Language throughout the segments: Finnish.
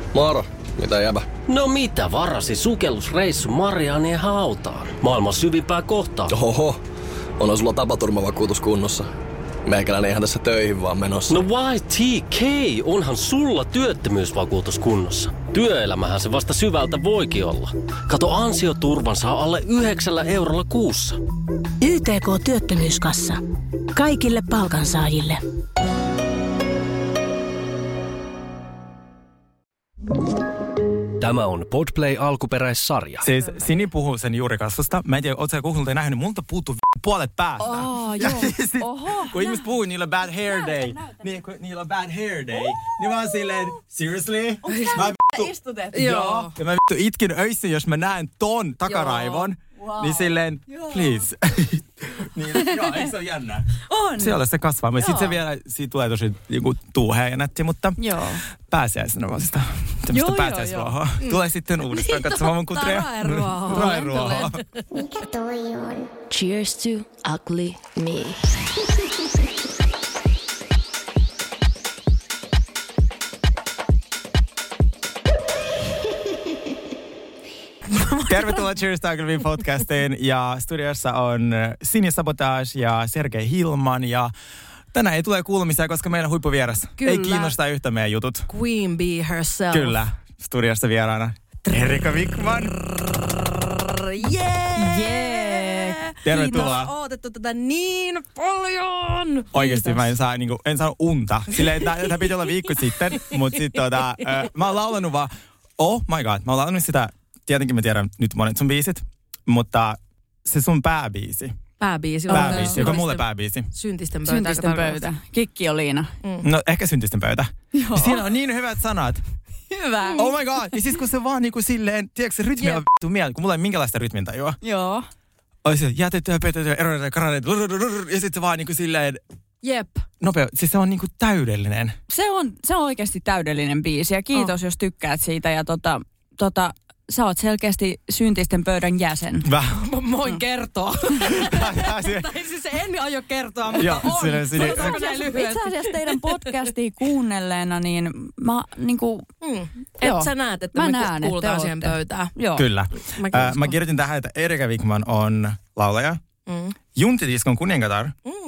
Moro, mitä jäbä? No mitä varasi sukellusreissu Marianien hautaan? Maailman syvimpää kohtaa. Oho, onhan sulla tapaturmavakuutus kunnossa. Meikäläinen ihan tässä töihin vaan menossa. No YTK, onhan sulla työttömyysvakuutus kunnossa. Työelämähän se vasta syvältä voikin olla. Kato, ansioturvan saa alle 9 eurolla kuussa. YTK Työttömyyskassa. Kaikille palkansaajille. Tämä on Podplay alkuperäissarja. Siis Sini puhuu sen juurikasvusta. Mä en tiedä, ootko sä kuullut nähnyt, multa puuttuu puolet päästä. Joo. Siis, kun ihmiset puhuu, niillä on bad hair day. Niin, kun niillä on bad hair day. Niin mä oon silleen, seriously? Mä istutettu? Joo. Ja mä itkin öisin, jos mä näen ton takaraivon. Wow. Niin silleen, please. Niin, joo, eikö se ole jännää? On. Siellä se kasvaa. Mutta sitten se vielä, siitä tulee tosi niinku, tuuhea ja nätti, mutta pääsiäisenä vaan sitä tämmöistä pääsiäisruohoa. Tulee sitten uudestaan katsomaan mun kutria. Raeruohoa. Mikä toi on? Cheers to ugly me. Tervetuloa Cheers to Ugly Me podcastiin ja studiossa on Sini Sabotage ja Sergei Hilman ja tänään ei tule kuulumisia, koska meillä on huippuvieras. Kyllä. Ei kiinnosta yhtä meidän jutut. Queen Bee herself. Kyllä, studiossa vieraana Erika Wickman. Yeah. Tervetuloa. Kiitos, odotettu tätä niin paljon. Oikeasti mä en saanut unta. Silleen, tämä piti olla viikko sitten, mutta sitten mä oon laulanut vaan, oh my god, mä oon laulanut sitä. Tietenkin mä tiedän nyt monet sun biisit, mutta se sun pääbiisi. Pääbiisi, joka on mulle pääbiisi. Syntisten pöytä. Syntisten pöytä. Kikki Oliina. No ehkä Syntisten pöytä. Joo. Siinä on niin hyvät sanat. Hyvä. Oh my god. Ja siis kun se vaan niinku silleen, tiedätkö se rytmi on vittu mieltä, kun mulla ei minkälaista rytmintajua. Joo. Olisi jätettyä, petettyä, eroja, karaneet, ja sitten se vaan niinku silleen. Jep. Nopea. Siis se on niinku täydellinen. Se on oikeasti täydellinen biisi ja kiitos jos tykkäät siitä ja sä oot selkeästi Syntisten pöydän jäsen. Voin kertoa. Tai siis en aio kertoa, mutta joo, on. Itse asiassa teidän podcastia kuunnelleena, niin mä niinku... Et sä näet, että me kuulutaan siihen pöytään. Joo. Kyllä. Mä kirjoitin tähän, että Erika Wickman on laulaja, Juntidiskon kuningatar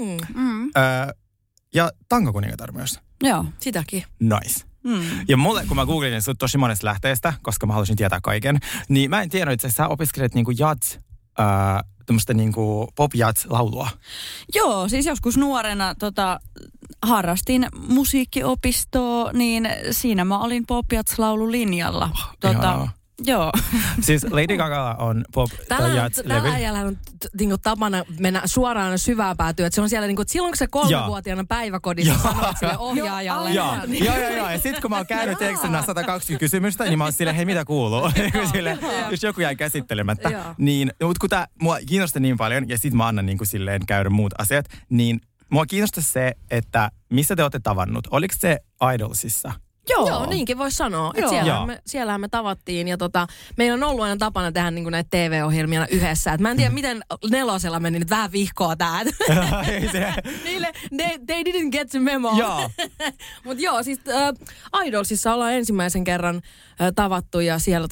ja tangokuningatar myös. Joo. Sitäkin. Nice. Ja mulle, kun mä googlin sut tosi monesta lähteestä, koska mä halusin tietää kaiken, niin mä en tiedä, että sä opiskelet niinku jazz, tämmöistä niinku pop-jazz-laulua. Joo, siis joskus nuorena harrastin musiikkiopistoa, niin siinä mä olin pop-jazz-laululinjalla. Joo. Siis Lady Gagalla on pop-jazz-levy. Tällä äijällä on tapana mennä suoraan syvään päätyyn. Että se on siellä niin kuin, että silloin kun se 3-vuotiaana päiväkodissa sanoit sille ohjaajalle. Joo. Ja sit kun mä oon käynyt tekstänä 120 kysymystä, niin mä oon silleen, hei mitä kuuluu? Jos joku jäi käsittelemättä. Niin, mutta kun mua kiinnostaa niin paljon, ja sit mä annan niin kuin silleen käydä muut asiat, niin mua kiinnostaa se, että missä te olette tavannut. Oliko se Idolsissa? Joo, niinkin voisi sanoa. Siellähän me tavattiin ja meillä on ollut aina tapana tehdä niin kuin näitä TV-ohjelmia yhdessä. Et mä en tiedä, miten 4 meni nyt vähän vihkoa tää. Niille, they didn't get the memo. Mutta joo, siis Idolsissa ollaan ensimmäisen kerran tavattu ja siellä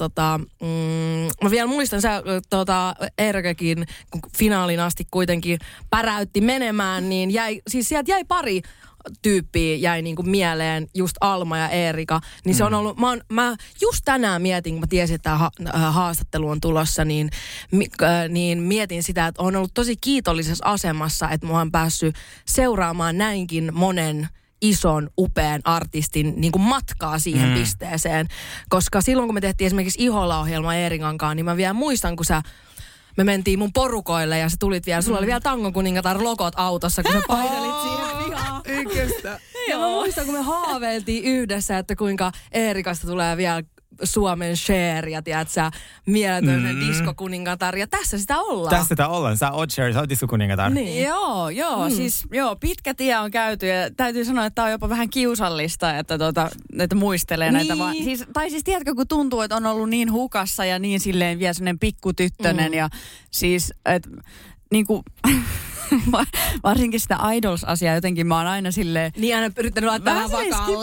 mä vielä muistan, Erikakin, kun finaalin asti kuitenkin päräytti menemään, niin sieltä jäi pari tyyppiä jäi niinku mieleen, just Alma ja Erika, niin se on ollut, mä just tänään mietin, kun mä tiesin, että tämä haastattelu on tulossa, niin mietin sitä, että on ollut tosi kiitollisessa asemassa, että mä oon päässyt seuraamaan näinkin monen ison, upean artistin niin kuin matkaa siihen pisteeseen, koska silloin kun me tehtiin esimerkiksi Iholla-ohjelma Eerikan kanssa, niin mä vielä muistan, kun me mentiin mun porukoille ja sä tulit vielä, sulla oli vielä Tangon kuningatar logot autossa, kun sä painelit siihen pihaan. Ja mä muistan, kun me haaveiltiin yhdessä, että kuinka Eerikasta tulee vielä Suomen Cher ja tiedätkö, mieletön diskokuningatar. Ja tässä sitä ollaan. Tässä sitä ollaan. Sä oot Cher, sä oot diskokuningatar. Niin. Siis pitkä tie on käyty ja täytyy sanoa, että tää on jopa vähän kiusallista, että muistelee näitä vaan. Siis tiedätkö, kun tuntuu, että on ollut niin hukassa ja niin silleen vielä sellainen pikkutyttönen ja siis, että niinku... varsinkin sitä Idols-asiaa jotenkin mä oon aina silleen... Niin aina yrittänyt laittaa vähän vakaalle.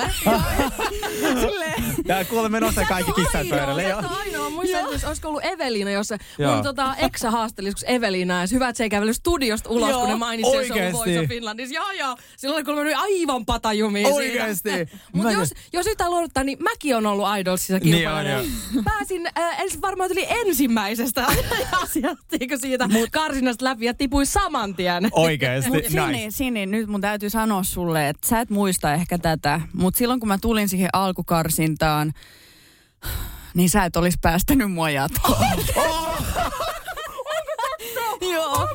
Tää kuule menossa kaikki kissat pöydälle. Joo, se on ainoa. Muistan, että olisiko ollut Eveliina, jossa mun eksä haasteli joskus Eveliinaa. Ja hyvä, että se ei kävellyt studiosta ulos, kun ne mainitsi, että se on Voice of Finlandissa. Joo. Silloin kun mä aivan patajumiin oikeesti. Mutta jos yhtään luoduttaa, niin mäkin on ollut Idolsissa kilpailija. Pääsin varmaan tuli ensimmäisestä asiattiinko siitä karsinnasta läpi ja tipui saman tien. Oikeesti, Sini, nyt mun täytyy sanoa sulle, että sä et muista ehkä tätä, mutta silloin kun mä tulin siihen alkukarsintaan, niin sä et olisi päästänyt mua jatkoon. Joo.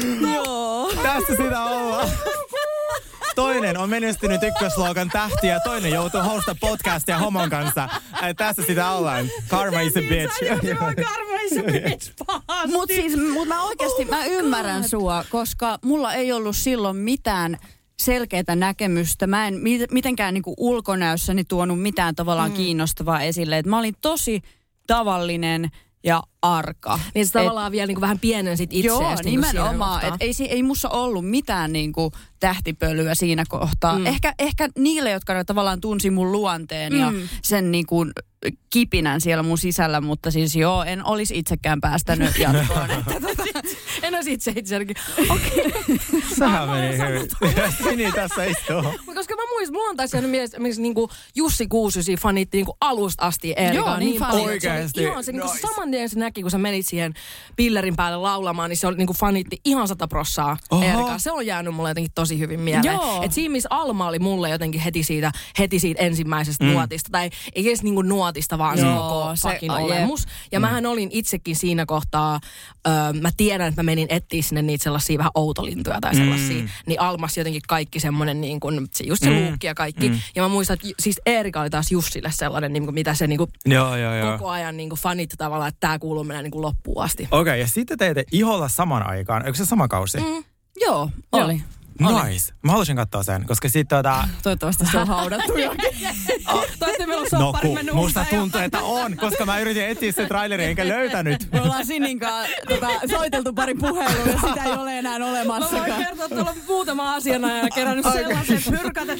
Tässä sitä ollaan. Toinen on menestynyt ykkösluokan tähti ja toinen joutuu hostaa podcastia homon kanssa. Tässä sitä ollaan. Karma is a bitch. Karma is a bitch. Mut mä oikeasti, mä ymmärrän sua, koska mulla ei ollut silloin mitään selkeää näkemystä. Mä en mitenkään niinku ulkonäössäni tuonut mitään tavallaan kiinnostavaa esille. Et mä olin tosi tavallinen ja arka. Niin se tavallaan vielä niinku vähän pienensit itseäsi. Joo, nimenomaan. Ei mussa ollut mitään niinku tähtipölyä siinä kohtaa. Ehkä niille, jotka tavallaan tunsi mun luonteen ja sen niinku kipinän siellä mun sisällä, mutta siis en olisi itsekään päästänyt jatkoon. En olisi itseänikin. Okei. Sähän meni hyvin. Sini tässä istuu. Koska mä muistan, mulla on taas jäänyt mielessä niinku Jussi Kuusysi fanitti niinku alusta asti Eerikaa niin paljon. Oikeasti. Ihan se niinku saman tien se näki, kun sä menit siihen pillerin päälle laulamaan, niin se oli niinku fanitti ihan 100% Eerikaa. Se on jäänyt mulle jotenkin tosi hyvin mieleen. Et siinä, missä Alma oli mulle jotenkin heti siitä ensimmäisestä nuotista, tai ei edes niinku nuotista, vaan se koko fucking olemus. Ja mähän olin itsekin siinä kohtaa, mä tiedän, että mä menin etsiä sinne niitä sellaisia vähän outolintuja tai sellaisia, niin Almas jotenkin kaikki semmoinen niin kuin, just se luukki ja kaikki. Ja mä muistan, että siis Eerika oli taas Jussille sellainen, niin kuin, mitä se niin kuin, koko ajan niin kuin fanitti tavallaan, että tää kuuluu mennä niin kuin loppuun asti. Okei, ja sitten teette Iholla saman aikaan. Eikö se sama kausi? Joo, oli. Nice. Mä haluaisin katsoa sen, koska sitten toivottavasti se on haudattu jokin. Toivottavasti meillä on soppari mennyt musta tuntuu, että on, koska mä yritin etsiä sen trailerin enkä löytänyt. Me ollaan Sininkaan soiteltu pari puhelua ja sitä ei ole enää olemassakaan. Mä voin kertoa, että ollaan muutama asiana ja kerännyt sellaiset pyrkät.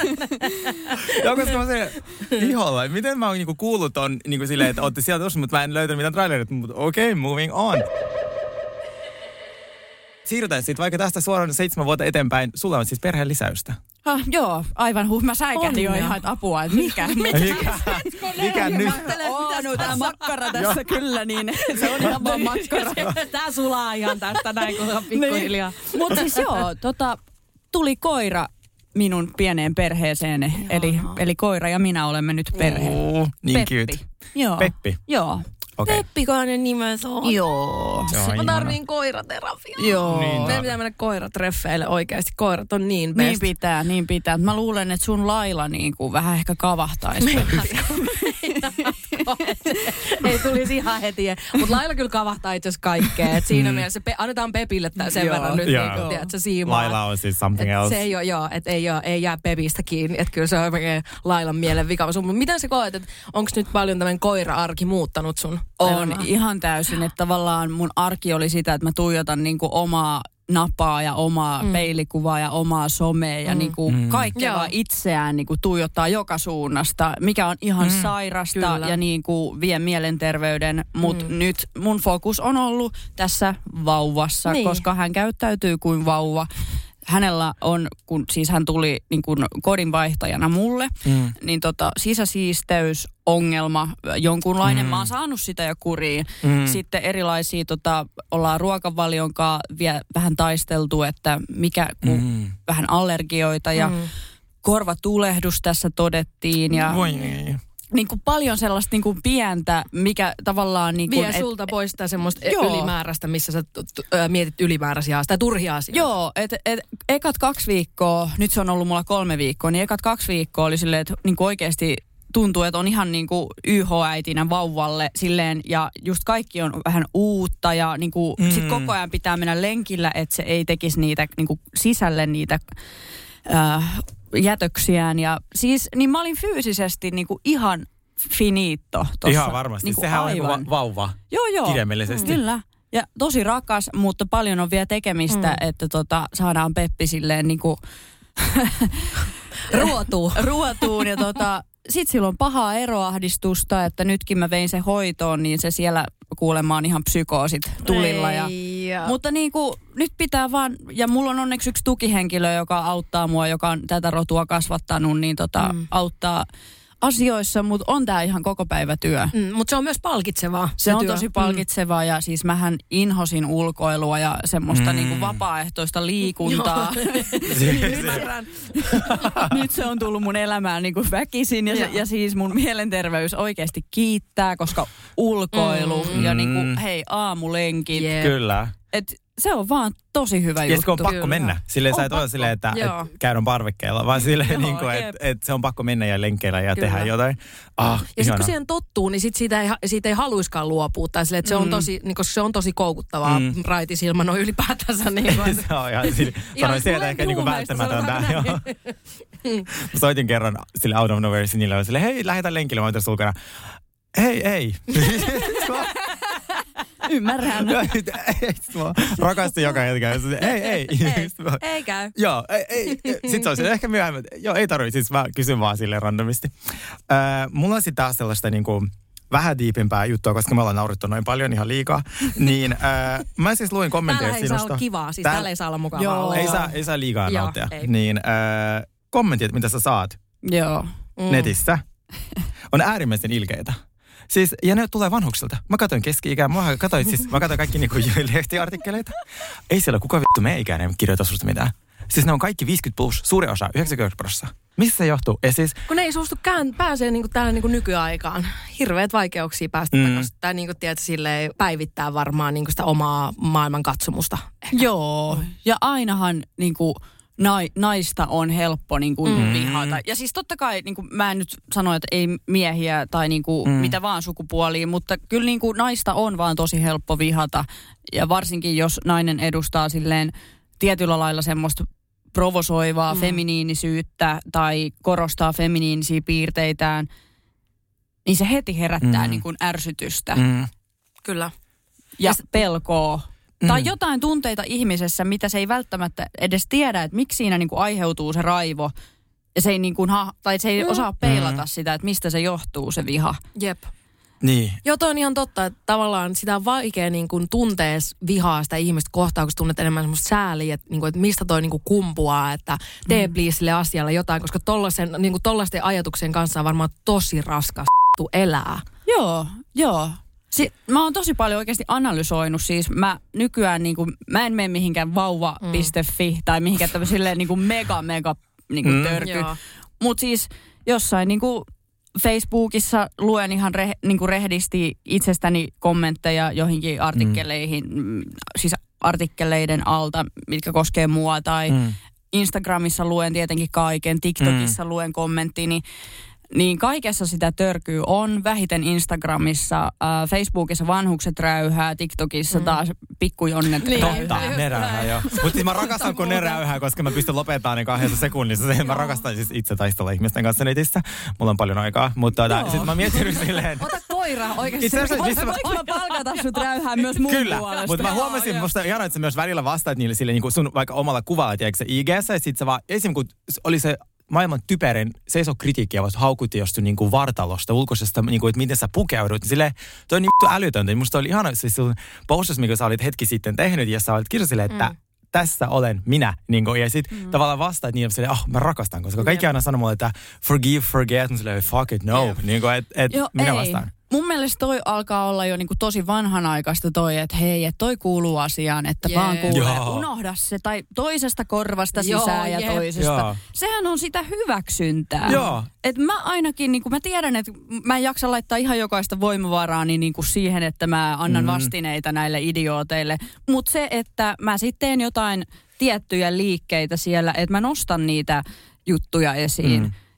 Joo, koska mä sanoin, Iholla, miten mä oon niinku kuullut on niinku silleen, että ootte sieltä tuossa, mutta mä en löytänyt mitään trailerit, mutta okei, moving on. Siirrytään sitten vaikka tästä suoraan 7 vuotta eteenpäin. Sulla on siis perheen lisäystä. Joo, aivan mä säikähdin jo ihan, että apua, että mikä nyt? No tää makkara tässä kyllä, niin se on ihan vaan makkara. Tää sulaa ihan tästä näin, kun on pikkuhiljaa. Mutta siis tuli koira minun pieneen perheeseen, eli koira ja minä olemme nyt perhe. Niin cute. Joo. Peppi. Joo. Okay. Peppikainen nimensä on. Joo. Mä tarviin koiraterapiaa. Joo. Meidän pitää mennä koiratreffeille oikeasti. Koirat on niin best. Niin pitää. Mä luulen, että sun Laila niinku vähän ehkä kavahtaisi. Ei tulisi ihan heti. Mutta Laila kyllä kavahtaa itse asiassa kaikkea. Et siinä mielessä annetaan Pepille sen verran nyt. Niin, tiedätkö, siimaa. Laila on siis something else. Se ei jää Pepistä kiinni. Että kyllä se on oikein Lailan mielen vika. Mutta miten sä koet, että onko nyt paljon tämmöinen koira-arki muuttanut sun? On ihan täysin, että tavallaan mun arki oli sitä, että mä tuijotan niinku omaa napaa ja omaa peilikuvaa ja omaa somea ja niinku kaikkea vaan itseään niinku tuijottaa joka suunnasta, mikä on ihan sairasta ja niinku vie mielenterveyden, mutta nyt mun fokus on ollut tässä vauvassa, koska hän käyttäytyy kuin vauva. Hänellä on, kun siis hän tuli niin kuin kodinvaihtajana mulle, niin sisäsiisteysongelma jonkunlainen. Mä oon saanut sitä jo kuriin. Sitten erilaisia, ollaan ruokavalionkaan vähän taisteltu, että kun vähän allergioita ja korvatulehdus tässä todettiin. Ja niin kuin paljon sellaista niin kuin pientä, mikä tavallaan niin kuin... Vie sulta pois sitä semmoista ylimääräistä, missä sä mietit ylimääräisiä asioita, turhia asioita. Joo, ekat 2 viikkoa, nyt se on ollut mulla 3 viikkoa, niin ekat 2 viikkoa oli silleen, että niin kuin oikeasti tuntuu, että on ihan niin kuin YH-äitinä vauvalle silleen, ja just kaikki on vähän uutta, ja niin kuin sit koko ajan pitää mennä lenkillä, että se ei tekisi niitä niin kuin sisälle niitä... jätöksiään ja siis, niin mä olin fyysisesti niinku ihan finito tossa. Ihan varmasti, niinku sehän aivan. on vauva. Joo. Kirjaimellisesti. Kyllä. Ja tosi rakas, mutta paljon on vielä tekemistä, että saadaan Peppi silleen niinku ruotuun ja sitten sillä on pahaa eroahdistusta, että nytkin mä vein sen hoitoon, niin se siellä kuulemma on ihan psykoosit tulilla. Mutta niinku, nyt pitää vaan, ja mulla on onneksi yksi tukihenkilö, joka auttaa mua, joka on tätä rotua kasvattanut, niin auttaa asioissa, mutta on tää ihan koko päivä työ. Mutta se on myös palkitsevaa. Se on tosi palkitsevaa ja siis mähän inhosin ulkoilua ja semmoista niinku vapaaehtoista liikuntaa. Nyt se on tullut mun elämään niinku väkisin ja siis mun mielenterveys oikeasti kiittää, koska ulkoilu ja niinku hei aamulenkit. Kyllä. Et se on vaan tosi hyvä juttu. Ja kun on pakko mennä. Silleen sä et ole silleen, että käydään parvekkeella, vaan silleen, niin että se on pakko mennä ja lenkeillä ja tehdä jotain. Ja sitten kun siihen tottuu, niin siitä ei haluiskaan luopua. Tai silleen, että se on tosi, niin koska se on tosi koukuttavaa raitisilmä noin ylipäätänsä. Niin se on ihan sanoin sieltä ehkä niin välttämätöntä. Mä soitin kerran sille out of nowhere sinille ja silleen, hei, lähdetään lenkille, mä oon tässä ulkona. Hei. Ymmärrän. Rakastin joka hetki. Ei käy. Joo, ei. Sitten se on ehkä myöhemmin. Joo, ei tarvitse. Siis mä kysyn vaan silleen randomisti. Mulla on sitten taas sellaista niinku vähän diipimpää juttua, koska me ollaan naurittu noin paljon ihan liikaa. Niin mä siis luin kommentteja sinusta. Täällä ei saa olla kivaa. Siis täällä ei saa olla mukavaa olla. Ei saa liikaa nauttia. Niin kommentit, mitä sä saat netissä, on äärimmäisen ilkeitä. Siis, ja ne tulee vanhuksilta. Mä katsoin keski-ikään, mä katsoin kaikki niinku lehtiartikkeleita. Ei siellä kukaan vittu meikäinen kirjoita susta mitään. Siis ne on kaikki 50 plus, suuri osa, 90%. Missä se johtuu? Kun ne ei suostu pääsee niinku täällä niinku nykyaikaan. Hirveät vaikeuksia päästä takaisin. Tai niinku tiedätkö, silleen päivittää varmaan niinku sitä omaa maailmankatsomusta. Joo, ja ainahan niinku naista on helppo niinku vihata. Ja siis totta kai, niinku, mä en nyt sano, että ei miehiä tai niinku, mitä vaan sukupuolia, mutta kyllä niinku, naista on vaan tosi helppo vihata. Ja varsinkin, jos nainen edustaa silleen tietyllä lailla semmoista provosoivaa feminiinisyyttä tai korostaa feminiinisiä piirteitään, niin se heti herättää niinku ärsytystä. Kyllä. Ja pelkoa. Tai jotain tunteita ihmisessä, mitä se ei välttämättä edes tiedä, että miksi siinä niinku aiheutuu se raivo. Ja se ei, niinku tai se ei osaa peilata sitä, että mistä se johtuu se viha. Jep. Niin. Joo, toi on ihan totta, että tavallaan sitä on vaikea niin kuin tuntea vihaa sitä ihmistä kohtaa, kun tunnet enemmän semmoista sääliä, että, niin kuin, että mistä toi niin kuin kumpuaa, että tee please sille asialle jotain, koska tollaisten ajatuksen kanssa on varmaan tosi raskas elää. Joo. Mä oon tosi paljon oikeasti analysoinut, siis mä nykyään mä en mene mihinkään vauva.fi tai mihinkään tämmöisille mega törky. Mut siis jossain Facebookissa luen ihan rehdisti itsestäni kommentteja joihinkin artikkeleihin, siis artikkeleiden alta, mitkä koskee mua, tai Instagramissa luen tietenkin kaiken, TikTokissa luen kommenttini. Niin kaikessa sitä törkyy on, vähiten Instagramissa, Facebookissa vanhukset räyhää, TikTokissa taas pikkujonnet räyhää. Totta, ne räyhää joo. Mutta mä rakastan, kun ne räyhää, koska mä pystyn lopettamaan ne 2 sekunnissa. Mä rakastan siis itse taistella ihmisten kanssa netissä. Mulla on paljon aikaa, mutta sitten mä mietin silleen. Ota koira oikeasti. Voinko mä palkata sut räyhää myös mun kyllä, puolesta? mutta mä huomasin, musta ihanaa, että sä myös välillä vastaat niille silleen niin kuin sun vaikka omalla kuvalla, tiedätkö IG:ssä, ja sit sä vaan, esimerkiksi kun oli se maailman typerin seiso-kritiikkiä, vasta haukutti jostain niin kuin vartalosta, ulkoisesta, niin kuin, että miten sä pukeudut. Niin silleen, toi on niin älytöntä. Musta oli ihana siis sun postus, mikä sä olit hetki sitten tehnyt, ja sä olit kirjoittanut silleen, että tässä olen minä. Niin kuin, ja sitten tavallaan vastaat niin, että mä rakastan, koska kaikki aina sanoo mulle, että forgive, forget, mutta silleen, fuck it, no. Niin kuin, minä vastaan. Mun mielestä toi alkaa olla jo niinku tosi vanhanaikaista toi, että hei, että toi kuuluu asiaan, että vaan kuulee, unohda se tai toisesta korvasta sisään ja toisesta. Joo. Sehän on sitä hyväksyntää. Et mä ainakin, niinku, mä tiedän, että mä en jaksa laittaa ihan jokaista voimavaraani niinku siihen, että mä annan vastineita näille idiooteille. Mutta se, että mä sitten teen jotain tiettyjä liikkeitä siellä, että mä nostan niitä juttuja esiin.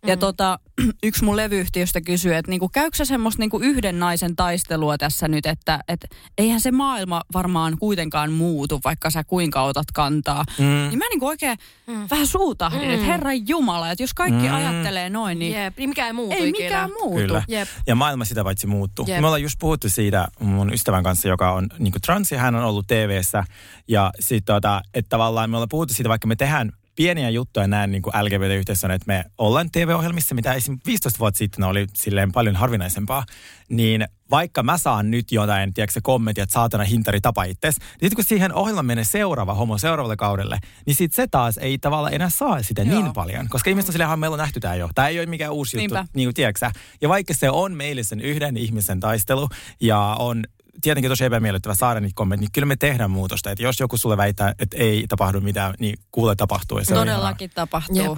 Ja yksi mun levyyhtiöstä kysyi, että niinku, käykö sä semmoista niinku yhden naisen taistelua tässä nyt, että eihän se maailma varmaan kuitenkaan muutu, vaikka sä kuinka otat kantaa. Niin mä niinku oikein vähän suutahdin, että Herran Jumala, että jos kaikki ajattelee noin, niin niin mikään ei muutu ei ikinä. mikään muutu. Kyllä. Jep. Ja maailma sitä paitsi muuttuu. Me ollaan just puhuttu siitä mun ystävän kanssa, joka on niinku trans ja hän on ollut TV:ssä. Ja sitten että tavallaan me ollaan puhuttu siitä, vaikka me tehdään pieniä juttuja näin niin kuin LGBT-yhteisössä, että me ollaan TV-ohjelmissa, mitä esimerkiksi 15 vuotta sitten oli silleen paljon harvinaisempaa, niin vaikka mä saan nyt jotain, tiedätkö, kommentti, että saatana hintari tapa itses, niin sitten kun siihen ohjelmaan menee seuraava homo seuraavalle kaudelle, niin sitten se taas ei tavallaan enää saa sitä niin paljon. Koska ihmiset on silleen, meillä on nähty tämä jo. Tämä ei ole mikään uusi juttu, niin kuin tiedätkö. Ja vaikka se on meille sen yhden ihmisen taistelu ja on tietenkin tosi epämiellyttävä saada niitä kommentteja, niin kyllä me tehdään muutosta. Että jos joku sulle väittää, että ei tapahdu mitään, niin kuule tapahtuu. Ja se todellakin tapahtuu.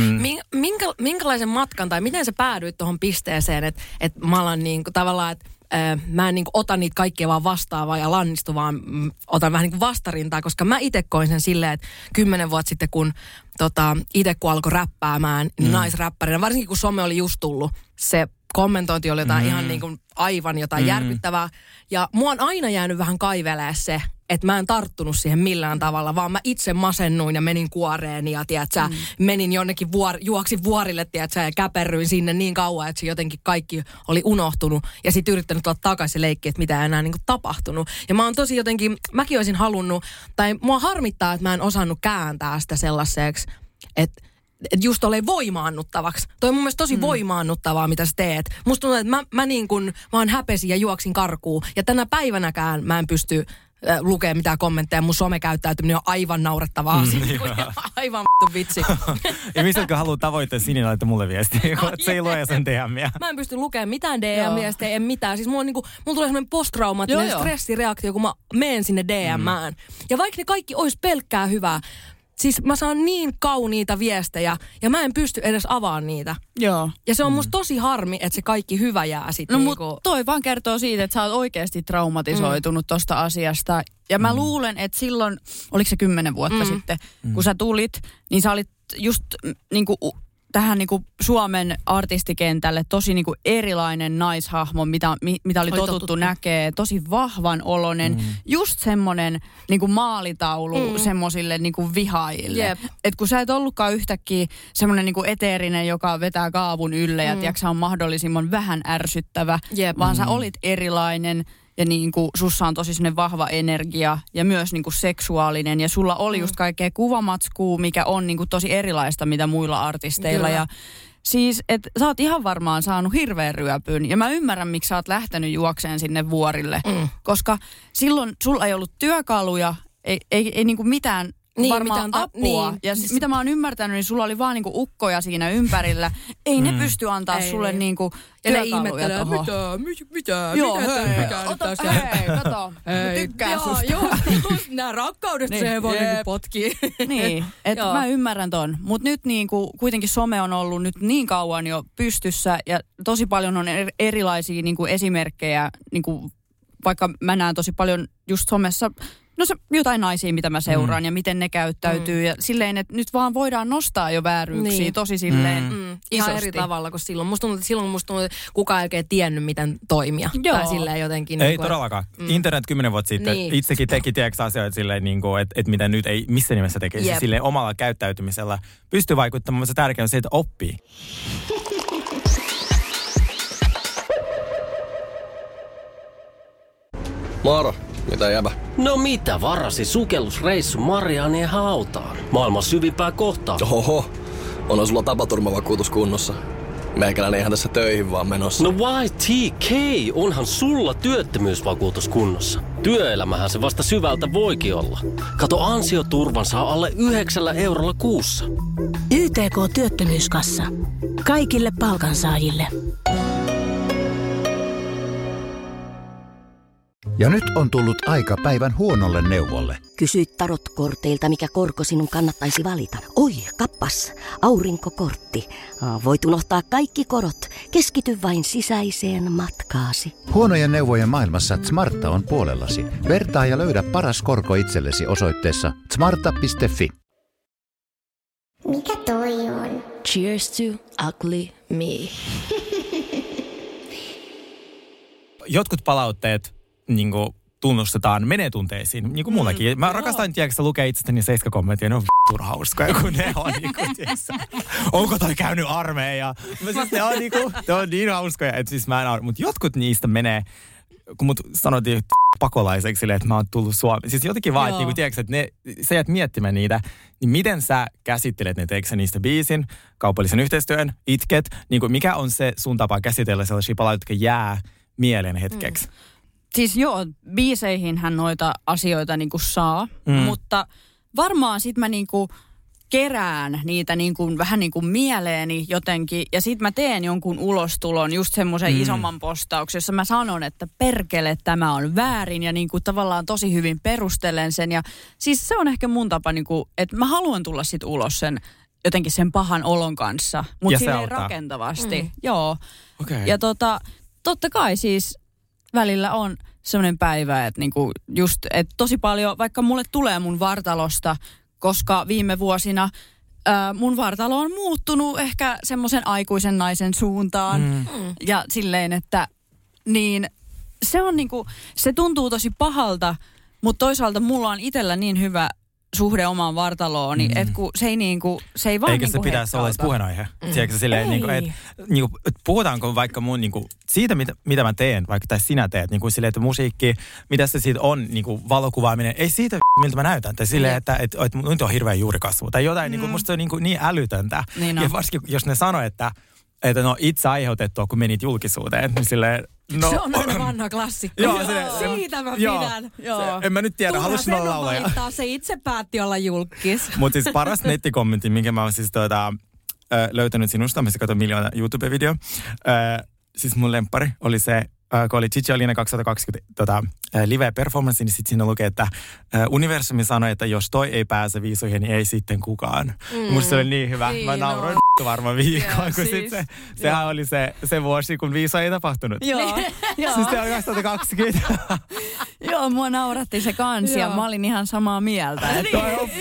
Minkälaisen matkan tai miten sä päädyit tuohon pisteeseen, että mä alan niinku tavallaan, että mä en niinku ota niitä kaikkia vaan vastaavaa ja lannistu, vaan otan vähän niinku vastarintaa, koska mä itse koin sen silleen, että 10 vuotta sitten, kun itse kun alkoi räppäämään, niin naisräppärinä, varsinkin kun some oli just tullut, se kommentointi oli jotain ihan niin kuin aivan jotain järkyttävää. Ja mua on aina jäänyt vähän kaivelee se, että mä en tarttunut siihen millään tavalla, vaan mä itse masennuin ja menin kuoreen ja tiedätkö, menin jonnekin juoksin vuorille, tiedätkö, ja käperryin sinne niin kauan, että se jotenkin kaikki oli unohtunut. Ja sitten yrittänyt tulla takaisin leikkiä, että mitä ei enää niin kuin tapahtunut. Ja mä oon tosi jotenkin, mäkin olisin halunnut, tai mua harmittaa, että mä en osannut kääntää sitä sellaiseksi, että just ole voimaannuttavaksi. Toi on mun mielestä tosi voimaannuttavaa, mitä sä teet. Musta tuntuu, että mä niin kuin vaan häpesin ja juoksin karkuun. Ja tänä päivänäkään mä en pysty lukemaan mitään kommentteja. Mun somekäyttäytyminen on aivan naurettavaa. Aivan vitsi. Ja mistä haluaa tavoitteen Sini laittaa mulle viestiä, kun se ei lue sen DM:iä. Mä en pysty lukemaan mitään DM:iä, en mitään. Siis mulla tulee semmoinen posttraumaattinen stressireaktio, kun mä menen sinne DM:ään. Ja vaikka ne kaikki olisi pelkkää hyvää, siis mä saan niin kauniita viestejä ja mä en pysty edes avaamaan niitä. Joo. Ja se on musta tosi harmi, että se kaikki hyvä jää sitten. No mutta toi vaan kertoo siitä, että sä oot oikeasti traumatisoitunut tosta asiasta. Ja mä luulen, että silloin, oliko se 10 vuotta sitten, kun sä tulit, niin sä olit just niinku tähän niinku Suomen artistikentälle tosi niinku erilainen naishahmo, mitä oli totuttu näkee. Tosi vahvan oloinen, just semmoinen niinku maalitaulu semmosille niinku vihaajille. Et kun sä et ollutkaan yhtäkkiä semmoinen niinku eteerinen, joka vetää kaavun ylle ja tiiäksä on mahdollisimman vähän ärsyttävä, vaan sä olit erilainen. Ja niinku sussa on tosi sellainen vahva energia ja myös niinku seksuaalinen. Ja sulla oli just kaikkea kuvamatskua, mikä on niinku tosi erilaista, mitä muilla artisteilla. Kyllä. Ja siis, että sä oot ihan varmaan saanut hirveän ryöpyn. Ja mä ymmärrän, miksi sä oot lähtenyt juokseen sinne vuorille. Koska silloin sulla ei ollut työkaluja, ei niinku mitään varmaan apua. Ja mitä mä oon ymmärtänyt, niin sulla oli vaan niinku ukkoja siinä ympärillä. Ei ne pysty antaa sulle niinku työkaluja tohon. Mitä? Joo, kato. Tykkää susta. Just nää rakkaudesta se ei voi niinku potkii. Niin, että mä ymmärrän ton. Mut nyt niinku kuitenkin some on ollut nyt niin kauan jo pystyssä ja tosi paljon on erilaisia niinku esimerkkejä, niinku vaikka mä näen tosi paljon just somessa jotain naisia, mitä mä seuraan ja miten ne käyttäytyy. Ja silleen, että nyt vaan voidaan nostaa jo vääryyksiä tosi silleen ihan eri tavalla kuin silloin. Musta tuntuu, että kukaan ei oikein tiennyt, miten toimia. Joo. Tai silleen jotenkin. Ei niin kuin, todellakaan. Internet 10 vuotta sitten itsekin teki asioita silleen, niin että mitä nyt ei missä nimessä tekisi. Silleen omalla käyttäytymisellä pystyy vaikuttamaan. Se tärkeää on se, että oppii. Moro, mitä jäbä? No mitä varasi sukellusreissu Marianien hautaan? Maailman syvimpää kohtaa. Oho, on sulla tapaturmavakuutus kunnossa. Meikäläinen ihan tässä töihin vaan menossa. No YTK, onhan sulla työttömyysvakuutus kunnossa. Työelämähän se vasta syvältä voikin olla. Kato, ansioturvan saa alle 9 eurolla kuussa. YTK Työttömyyskassa. Kaikille palkansaajille. Ja nyt on tullut aika päivän huonolle neuvolle. Kysy tarotkorteilta, mikä korko sinun kannattaisi valita. Oi, kappas, aurinkokortti. Voit unohtaa kaikki korot. Keskity vain sisäiseen matkaasi. Huonojen neuvojen maailmassa Smarta on puolellasi. Vertaa ja löydä paras korko itsellesi osoitteessa smarta.fi. Mikä toi on? Cheers to ugly me. Jotkut palautteet niinku tunnustetaan menee tunteisiin, niin kuin mullakin. Mä rakastan, tiedätkö, lukea itsestäni 7 kommenttia, ne on v***ur hauskoja, kun ne on niinku, onko toi käynyt armeija? Siis ne on niin hauskoja, että siis mä en arvoa. Mutta jotkut niistä menee, kun mut sanottiin pakolaiseksi silleen, että mä oon tullut Suomeen. Siis jotenkin vaan, että niinku, tiedätkö, että sä jäät miettimään niitä, niin miten sä käsittelet ne, teekö sä niistä biisin, kaupallisen yhteistyön, itket, niinku, mikä on se sun tapa käsitellä sellaisia palautteita, jotka jää mieleen hetkeksi? Siis joo, biiseihinhän noita asioita niinku saa, mutta varmaan sit mä niinku kerään niitä niinku vähän niinku mieleeni jotenkin ja sit mä teen jonkun ulostulon, just semmoisen isomman postauksen, jossa mä sanon, että perkele tämä on väärin ja niinku tavallaan tosi hyvin perustelen sen ja siis se on ehkä mun tapa niinku, että mä haluan tulla sit ulos sen jotenkin sen pahan olon kanssa, mutta silleen rakentavasti. Joo. Okay. Ja totta kai siis välillä on semmoinen päivä, että niinku just, että tosi paljon, vaikka mulle tulee mun vartalosta, koska viime vuosina mun vartalo on muuttunut ehkä semmoisen aikuisen naisen suuntaan. Ja silleen, että niin se on niinku, se tuntuu tosi pahalta, mutta toisaalta mulla on itsellä niin hyvä suhde omaan vartalooni, että kun se ei vaan eikä niinku se pitäisi olla puheenaihe. Tiedätkö silleen, että puhutaanko vaikka mun niinku, siitä, mitä mä teen, vaikka tai sinä teet, niinku silleen, että musiikki, mitä se siitä on, niinku valokuvaaminen, ei siitä miltä mä näytän, tai silleen, että nyt on hirveän juurikasvu, tai jotain, niinku, musta se on niin älytöntä. Niin ja varsinkin, jos ne sanoo, että no itse aiheutettua, kun menit julkisuuteen, niin silleen, no, se on aina vanha klassikko. Joo, siitä mä pidän. Joo. En mä nyt tiedä, haluaisin olla laulaja. Se itse päätti olla julkis. Mutta siis paras nettikommentti, minkä mä oon siis löytänyt sinusta, mä katson miljoona YouTube-video. Siis mun lemppari oli se, kun oli Gigi Alina 2020 live-performance, niin sitten siinä lukee, että universumi sanoi, että jos toi ei pääse viisuihin, niin ei sitten kukaan. Musta se oli niin hyvä. Mä nauroin varmaan viikkoon, kun siis, sehän oli se vuosi, kun viisa ei tapahtunut. Joo. Siis se oli 2020. Joo, mua nauratti se kans ja mä olin ihan samaa mieltä. Toi on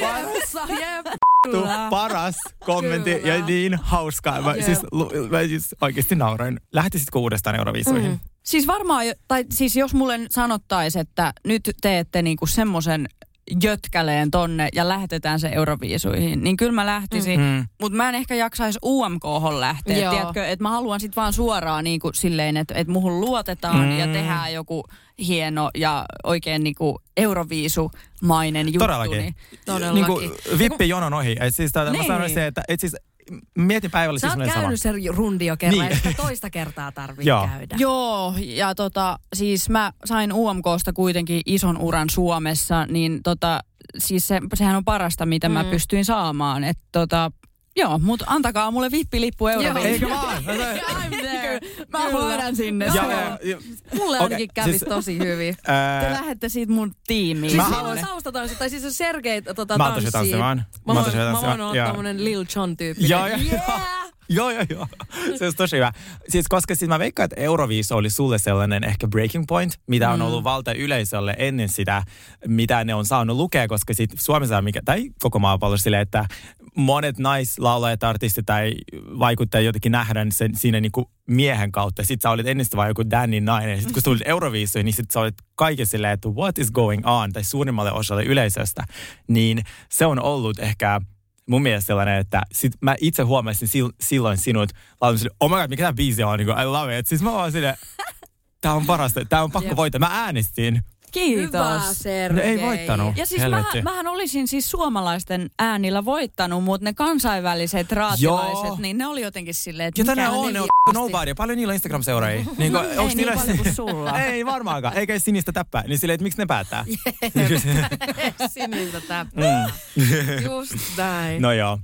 paras kommentti ja niin hauskaa. Mä siis oikeasti nauroin. Lähtisitkö uudestaan Euroviisuihin? Siis varmaan, tai siis jos mulle sanottaisiin, että nyt teette niinku semmoisen jötkäleen tonne ja lähetetään se Euroviisuihin, niin kyllä mä lähtisin. Mutta mä en ehkä jaksaisi UMK:hon lähteä. Tiedätkö, että mä haluan sit vaan suoraan niinku silleen, että muhun luotetaan ja tehdään joku hieno ja oikein niinku Euroviisumainen juttu. Todellakin. Niinku vippijonon ohi. Et siis mä sanoin se, että siis mietin päivällä siis sama. Sä oot käynyt sen rundi jo kerran, niin. Ja toista kertaa tarvitsee käydä. Joo, ja siis mä sain UMK:sta kuitenkin ison uran Suomessa, niin siis sehän on parasta, mitä mä pystyin saamaan. Että joo, mutta antakaa mulle vippilippu Euroviisuun. Eikö vaan? I'm there. Mä hoidan sinne. Mulle ainakin kävisi siis, tosi hyvin. Te lähette siitä mun tiimiin. Siis siinä on taustatanssi, tai siis se Sergei tanssii. Mä oon tosi tanssimaan. Mä oon tämmönen Lil Jon-tyyppinen. Joo. Se on tosi hyvä. Siis koska siis mä veikkaan, että Euroviisu oli sulle sellainen ehkä breaking point, mitä on ollut valtayleisölle ennen sitä, mitä ne on saanut lukea, koska sit Suomessa tai koko maapallossa silleen, että monet naislaulajat, artistit tai vaikuttajat jotenkin nähdään sen siinä niinku miehen kautta. Sitten sä olit ennen sitä vaan joku Danny nainen. Sitten kun tulit Euroviisuun, niin sitten sä olit kaiken silleen, että what is going on, tai suurimmalle osalle yleisöstä. Niin se on ollut ehkä mun mielestä sellainen, että sit mä itse huomasin silloin sinut laulan silleen, oh my god, mikä tämä biisi on, I love it. Siis mä vaan silleen, tää on parasta, tää on pakko voittaa. Mä äänestin. Kiitos. Hyvä, Sergei. No ei voittanut. Ja siis mähän olisin siis suomalaisten äänillä voittanut, mutta ne kansainväliset raatilaiset, niin ne oli jotenkin silleen, että mikä ne on nobody. Paljon niillä Instagram-seuraajia. Niin ei niin paljon kuin sulla. Ei varmaankaan. Eikä sinistä täppää. Niin silleen, että miksi ne päättää? Sinistä täppää. Just näin. No joo.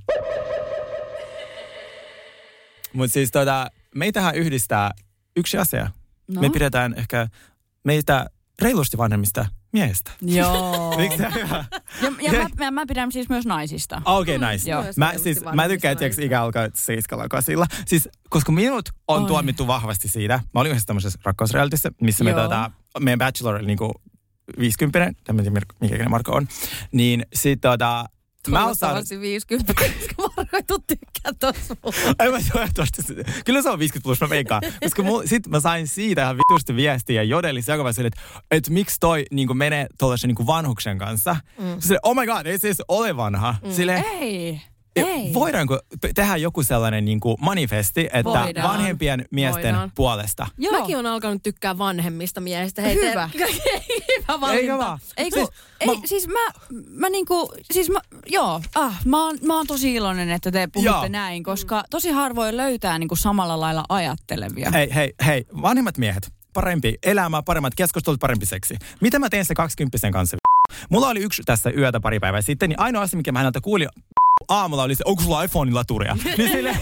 Mutta siis meitähän yhdistää yksi asia. No? Me pidetään ehkä meitä reilusti vanhemmista miehistä. Joo. Miksi se hyvä? Ja mä pidän siis myös naisista. Okei, nice. Mä tykkään, että ikä alkaa 7-8. Siis, koska minut on tuomittu vahvasti siitä. Mä olin yhdessä tämmöisessä rakkausrealitissa, missä meidän bachelor oli niinku 50, tämmöinen mikä Marko on. Niin sit mä oon saanut 50, Marko ei tuu tykkää tossa. Ei mä toivottavasti. Kyllä se on 50+, mä veikkaan. Koska sit mä sain siitä ihan vitusti viestiä Jodelissa joka vaiheessa, että miksi toi niinku menee tuollaisen niinku vanhuksen kanssa. Silleen, oh my god, ei se ole vanha. Silleen, Ei. Voidaanko tehdä joku sellainen niinku manifesti, että vanhempien miesten puolesta? Joo. Mäkin on alkanut tykkää vanhemmista miehistä. Hei, hyvä. Hyvä valinta. Eikö vaan? Mä oon tosi iloinen, että te puhutte näin, koska tosi harvoin löytää niinku samalla lailla ajattelevia. Hei, vanhemmat miehet, parempi elämä, paremmat keskustelut, parempi seksi. Mitä mä teen se 20-vuotiaan kanssa? Mulla oli yksi tässä yötä pari päivää sitten, niin ainoa asia, mikä mä häneltä kuulin aamulla oli se, onko sulla iPhone-laturia? Niin silleen,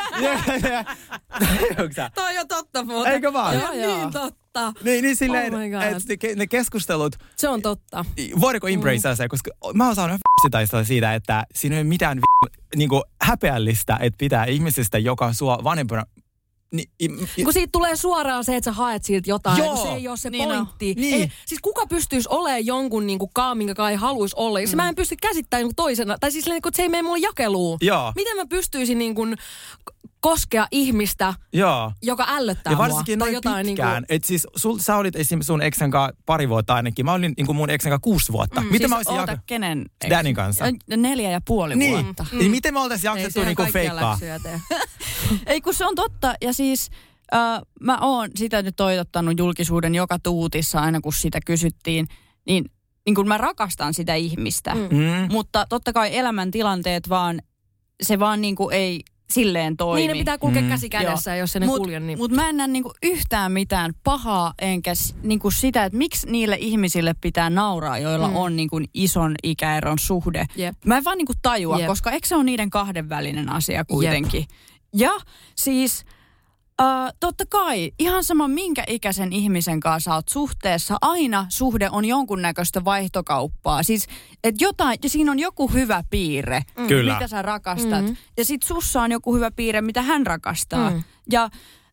toi on totta muuten. Eikö vaan? Joo. Niin totta. Niin silleen, että ne keskustelut. Se on totta. Voidaanko embracea se, koska mä oon saanut taistella siitä, että siinä ei ole mitään niinku häpeällistä, että pitää ihmisestä, joka on sua vanhempana. Kun siitä tulee suoraan se, että sä haet siltä jotain, se ei ole se pointti. Niin. Ei, siis kuka pystyisi olemaan jonkun niinku minkä kai haluaisi olla? Jos mä en pysty käsittämään toisena, tai siis että se ei mene mulle jakeluun. Joo. Miten mä pystyisin niinku koskea ihmistä, joka ällöttää ja varsinkin mua? Tai jotain pitkään. Että siis sä olit esimerkiksi sun eksän kanssa 2 vuotta ainakin. Mä olin niinku mun eksän kanssa 6 vuotta. Miten mä olisin kenen? Danin kanssa. 4,5 vuotta. Niin miten me oltaisiin jaksettu niinku feikkaa? Ei kun se on totta. Ja siis mä oon sitä nyt toitottanut julkisuuden joka tuutissa aina kun sitä kysyttiin. Niin kun mä rakastan sitä ihmistä. Mutta totta kai elämäntilanteet se vaan niinku ei silleen toimi. Niin ne pitää kulkea käsi kädessä, jos se ne kulje. Niin. Mutta mä en näe niinku yhtään mitään pahaa, enkä niinku sitä, että miksi niille ihmisille pitää nauraa, joilla on niinku ison ikäeron suhde. Jep. Mä en vaan niinku tajua, koska eikö se ole niiden kahdenvälinen asia kuitenkin. Jep. Ja siis totta kai, ihan sama minkä ikäisen ihmisen kanssa sä oot suhteessa, aina suhde on jonkunnäköistä vaihtokauppaa. Siis, että siinä on joku hyvä piirre, mitä sä rakastat. Ja sit sussa on joku hyvä piirre, mitä hän rakastaa. Ja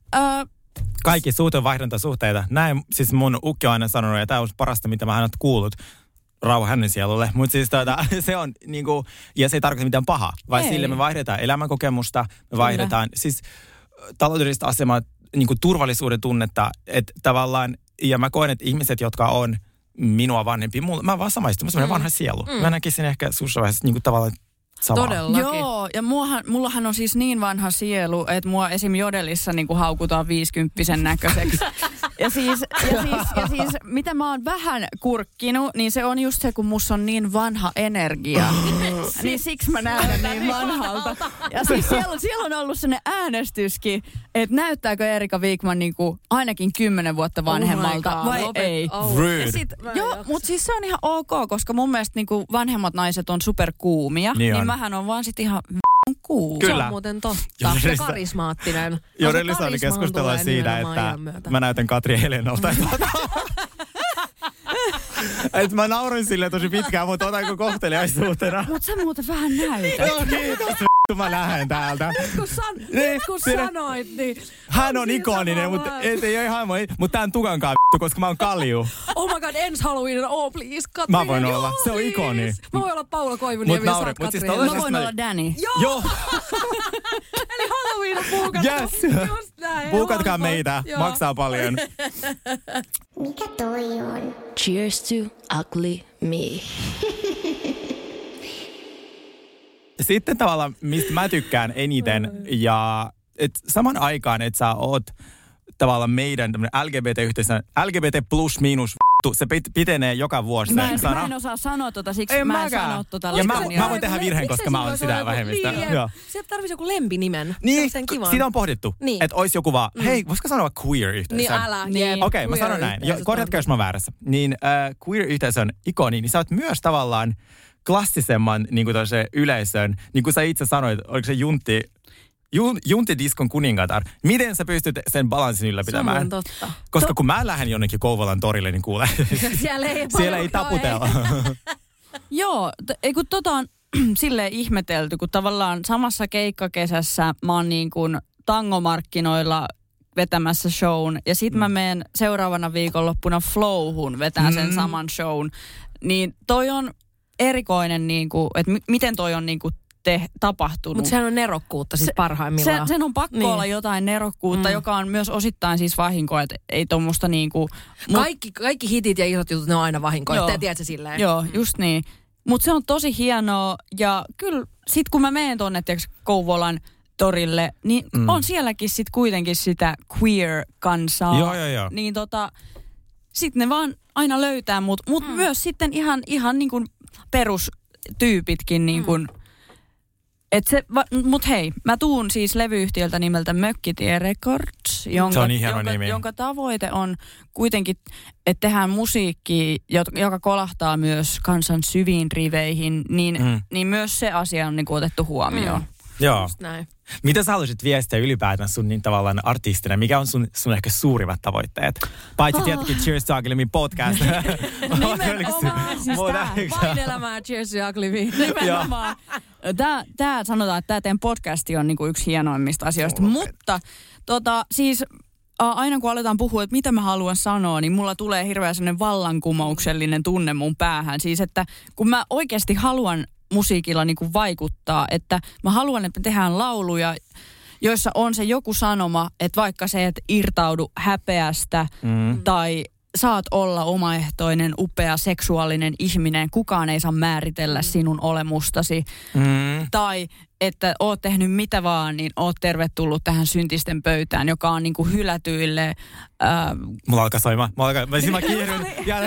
kaikki suhte on vaihdantasuhteita. Näin siis mun ukki on aina sanonut, ja tämä on parasta, mitä mä hänet kuullut. Rauha hänen sielulle. Mutta siis se on niinku, ja se ei tarkoita mitään pahaa, vaan sille me vaihdetaan elämänkokemusta, me vaihdetaan siis taloudellista asemaa, niinku turvallisuuden tunnetta, että tavallaan, ja mä koen, että ihmiset, jotka on minua vanhempi, mä vaan samaistun, mä oon semmoinen vanha sielu. Mä näkisin ehkä sussa vaiheessa niinku tavallaan samaa. Todellakin. Joo, ja mullahan on siis niin vanha sielu, että mua esim. Jodelissa niinku haukutaan 50 näköiseksi. Ja siis, mitä mä oon vähän kurkkinut, niin se on just se, kun musta on niin vanha energia. Niin siksi mä näen niin vanhalta. Ja siis siellä on ollut sellainen äänestyskin, että näyttääkö Erika Wikman niinku ainakin 10 vuotta vanhemmalta vai ei. Joo, mutta siis se on ihan ok, koska mun mielestä niinku vanhemmat naiset on superkuumia. Niin mähän on vaan sit ihan cool. Kyllä. Se on muuten totta. Ja karismaattinen. Jodelissa oli keskustelua siitä, että mä näytän Katri Helenolta. Että mä naurin silleen tosi pitkään, mutta otanko kohteliaisuutena? Mut sä muuten vähän näytät. Joo, kiitos. Mä lähden täältä. Kun sanoit, niin... Hän on ikoninen, mutta ei ihan mutta tää on tukankaan koska mä oon kalju. Oh my god, ensi Halloween, please, Katri. Mä voin olla, se on ikoni. Mä voin olla Paula Koivuniemi ja sä oot Katri. Mä voin olla Danny. Joo. Eli Halloween on puukattu. Yes. Just näin. Puukatkaa meitä, maksaa paljon. Mikä toi on? Cheers to ugly me. Sitten tavallaan, mistä mä tykkään eniten, ja et saman aikaan, että sä oot tavallaan meidän LGBT-yhteisön, LGBT plus miinus se pitenee joka vuosi mä en osaa sanoa siksi mä en sano ja mä voin tehdä virheen, koska mä oon sitä vähemmistä. Sieltä tarvitsisi joku lempinimen. Niin, siitä on pohdittu, että olisi joku vaan, hei, voisiko sanoa queer-yhteisö? Niin, älä. Okei, mä sanon näin. Korjatkaa, jos mä oon väärässä. Niin queer-yhteisön ikoni, niin sä oot myös tavallaan klassisemman niin kuin yleisön, niin kuin sä itse sanoit, oliko se Juntti-diskon kuningatar. Miten sä pystyt sen balanssin ylläpitämään? Se on totta. Koska kun mä lähden jonnekin Kouvolan torille, niin kuule, siellä ei taputella. Joo, kun on silleen ihmetelty, kun tavallaan samassa keikkakesässä mä oon niin kuin tangomarkkinoilla vetämässä shown, ja sit mä menen seuraavana viikonloppuna Flowhun vetää sen saman shown. Niin toi on erikoinen, niin kuin, että miten toi on niin kuin tapahtunut. Mutta sehän on nerokkuutta siis parhaimmillaan. Sen on pakko olla jotain nerokkuutta, joka on myös osittain siis vahinkoa, että ei tuommoista niinku... Kaikki hitit ja isot jutut, ne on aina vahinkoa. Te tiedätkö silleen? Joo, just niin. Mutta se on tosi hienoa ja kyllä sit kun mä menen tonne Kouvolan torille, niin on sielläkin sit kuitenkin sitä queer-kansaa. Joo. Niin sit ne vaan aina löytää mut myös sitten ihan niin kuin perustyypitkin niin kuin. Mut hei, mä tuun siis levyyhtiöltä nimeltä Mökkitie Records, jonka tavoite on kuitenkin, että tehdään musiikkia, joka kolahtaa myös kansan syviin riveihin, niin myös se asia on niinku otettu huomioon. Joo. Mitä sä haluaisit viestiä ylipäätään sun niin tavallaan artistina? Mikä on sun ehkä suurimmat tavoitteet? Paitsi tietenkin Cheers to Ugly Me podcast. Nimenomaan. Siis vain elämää Cheers to Ugly Me. Nimenomaan. Tää sanotaan, että tää teidän podcasti on niinku yksi hienoimmista asioista. Mutta siis aina kun aletaan puhua, että mitä mä haluan sanoa, niin mulla tulee hirveän sellainen vallankumouksellinen tunne mun päähän. Siis että kun mä oikeasti haluan musiikilla niin kuin vaikuttaa, että mä haluan, että me tehdään lauluja, joissa on se joku sanoma, että vaikka se et irtaudu häpeästä tai saat olla omaehtoinen, upea, seksuaalinen ihminen, kukaan ei saa määritellä sinun olemustasi. Tai että oot tehnyt mitä vaan, niin oot tervetullut tähän syntisten pöytään, joka on niin kuin hylätyille. Mulla alkaa soimaan. Mä kiirryn.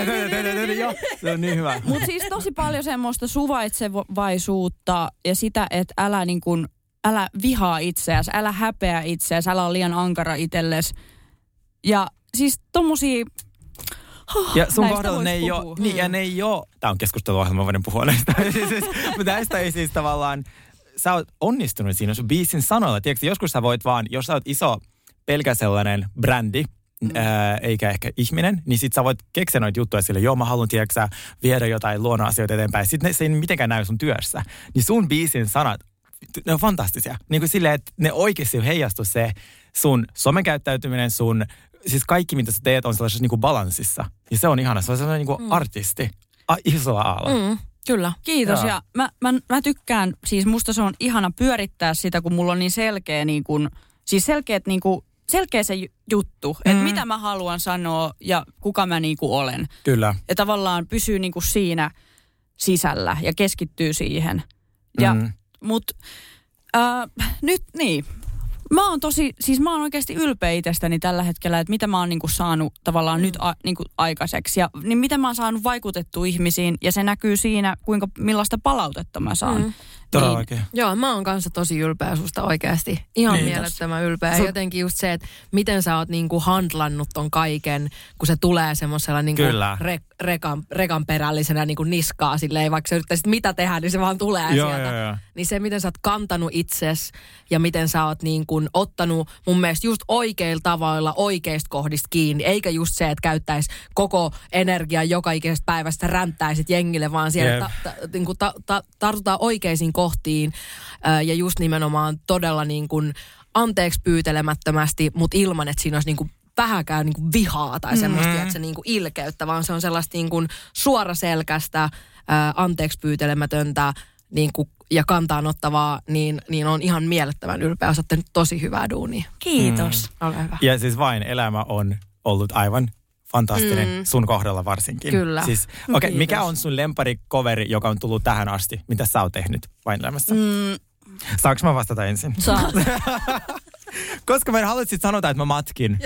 Se on niin hyvä. Mutta siis tosi paljon semmoista suvaitsevaisuutta ja sitä, että älä vihaa itseäsi, älä häpeä itseäsi, älä ole liian ankara itsellesi. Ja siis tommosia... Ja sun kohdalla ne ei ole... Tää on keskusteluohjelma, voin puhua näistä. Mutta näistä ei siis tavallaan... Sä oot onnistunut siinä sun biisin sanoilla. Tiedätkö, joskus sä voit vaan, jos sä oot iso pelkä sellainen brändi, eikä ehkä ihminen, niin sit sä voit keksiä noita juttuja sille, joo mä haluan, tiedätkö, viedä jotain luonnon asioita eteenpäin. Sitten se ei mitenkään näy sun työssä. Niin sun biisin sanat, ne on fantastisia. Niin kuin silleen, että ne oikeasti heijastuu se sun somekäyttäytyminen, siis kaikki mitä sä teet on sellaisessa niin kuin balanssissa. Ja se on ihana, se on sellainen niin kuin artisti isolla aalla. Kyllä. Kiitos. Ja mä tykkään, siis musta se on ihana pyörittää sitä, kun mulla on niin selkeä niin kuin, siis selkeä se juttu, että mitä mä haluan sanoa ja kuka mä niin kuin olen. Kyllä. Ja tavallaan pysyy niin kuin siinä sisällä ja keskittyy siihen. Ja, nyt niin. Mä oon oikeasti ylpeä itsestäni tällä hetkellä, että mitä mä oon niinku saanut tavallaan nyt niinku aikaiseksi. Ja niin mitä mä oon saanut vaikutettua ihmisiin ja se näkyy siinä, millaista palautetta mä saan. Todella oikein. Joo, mä oon kanssa tosi ylpeä susta oikeasti. Ihan mielettömän ylpeä. Jotenkin just se, että miten sä oot niinku handlannut ton kaiken, kun se tulee semmoisella niinku rekan perällisenä niinku niskaa silleen, vaikka sä yrittäisit mitä tehdä, niin se vaan tulee sieltä. Joo. Niin se, miten sä oot kantanut itses ja miten sä oot niinku ottanut mun mielestä just oikeilla tavoilla oikeista kohdista kiinni, eikä just se, että käyttäisi koko energiaa joka ikisestä päivästä, ränttäisit jengille, vaan siellä tartutaan oikeisiin kohtiin ja just nimenomaan todella niin kuin anteeksi pyytelemättömästi, mutta ilman, että siinä olisi niin kuin vähäkään niin kuin vihaa tai semmoista, että se niin kuin ilkeyttä, vaan se on sellaista niin kuin suoraselkäistä, anteeksi pyytelemätöntä niin kuin, ja kantaanottavaa, niin on ihan mielettömän ylpeä. Olet tehnyt tosi hyvää duunia. Kiitos. Ole hyvä. Ja siis vain elämä on ollut aivan fantastinen sun kohdalla varsinkin. Kyllä. Siis, mikä on sun lemparicoveri, joka on tullut tähän asti? Mitä sä oot tehnyt vain elämässä? Saanko mä vastata ensin? Saat. Koska mä en halua sit sanoa, että mä matkin.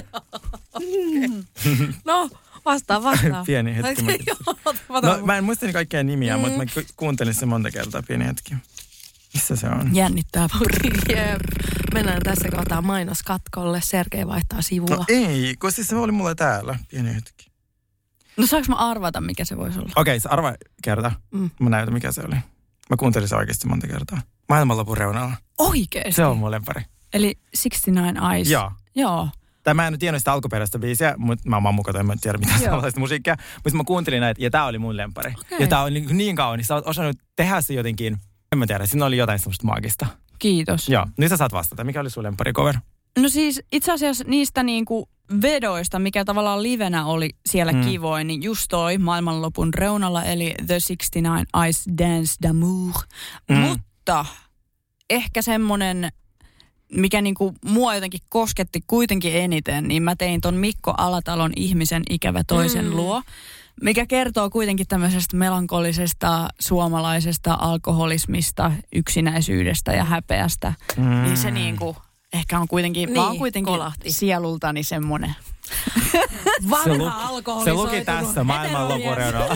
No, vastaa. Pieni hetki. Mä en muista kaikkia nimiä, mutta mä kuuntelin sen monta kertaa. Pieni hetki. Missä se on? Jännittää. Mennään tässä kohtaa mainoskatkolle. Sergei vaihtaa sivua. No ei, koska siis se oli mulla täällä. Pieni hetki. No saanko mä arvata, mikä se voisi olla? Okei, se arva kerta. Mä näytän, mikä se oli. Mä kuuntelin se oikeasti monta kertaa. Maailmanlopun reunalla. Oikeesti? Se on mun lempari. Eli 69 Eyes. Joo. Mä en tiedä sitä alkuperäistä biisiä, mutta mä oon mammukato, en mä tiedä mitään sellaista musiikkia. Mutta mä kuuntelin näitä ja tää oli mun lempari. Okay. Ja tää on niin kaunis. Sä oot osannut tehdä se jotenkin, en mä tiedä, siinä oli jotain semmoista maagista. Kiitos. Joo, nyt sä saat vastata. Mikä oli sun lempari cover? No siis itse asiassa niistä niinku vedoista, mikä tavallaan livenä oli siellä kivoin, niin just toi maailmanlopun reunalla, eli The 69 Eyes Dance d'Amour. Mutta ehkä semmoinen, mikä niinku mua jotenkin kosketti kuitenkin eniten, niin mä tein ton Mikko Alatalon Ihmisen ikävä toisen luo, mikä kertoo kuitenkin tämmöisestä melankolisesta suomalaisesta alkoholismista, yksinäisyydestä ja häpeästä. Niin se niinku ehkä on kuitenkin, mä oon kuitenkin sielultani semmonen. Vanha alkoholisoitunut. Se luki tässä maailmanlopureunalla.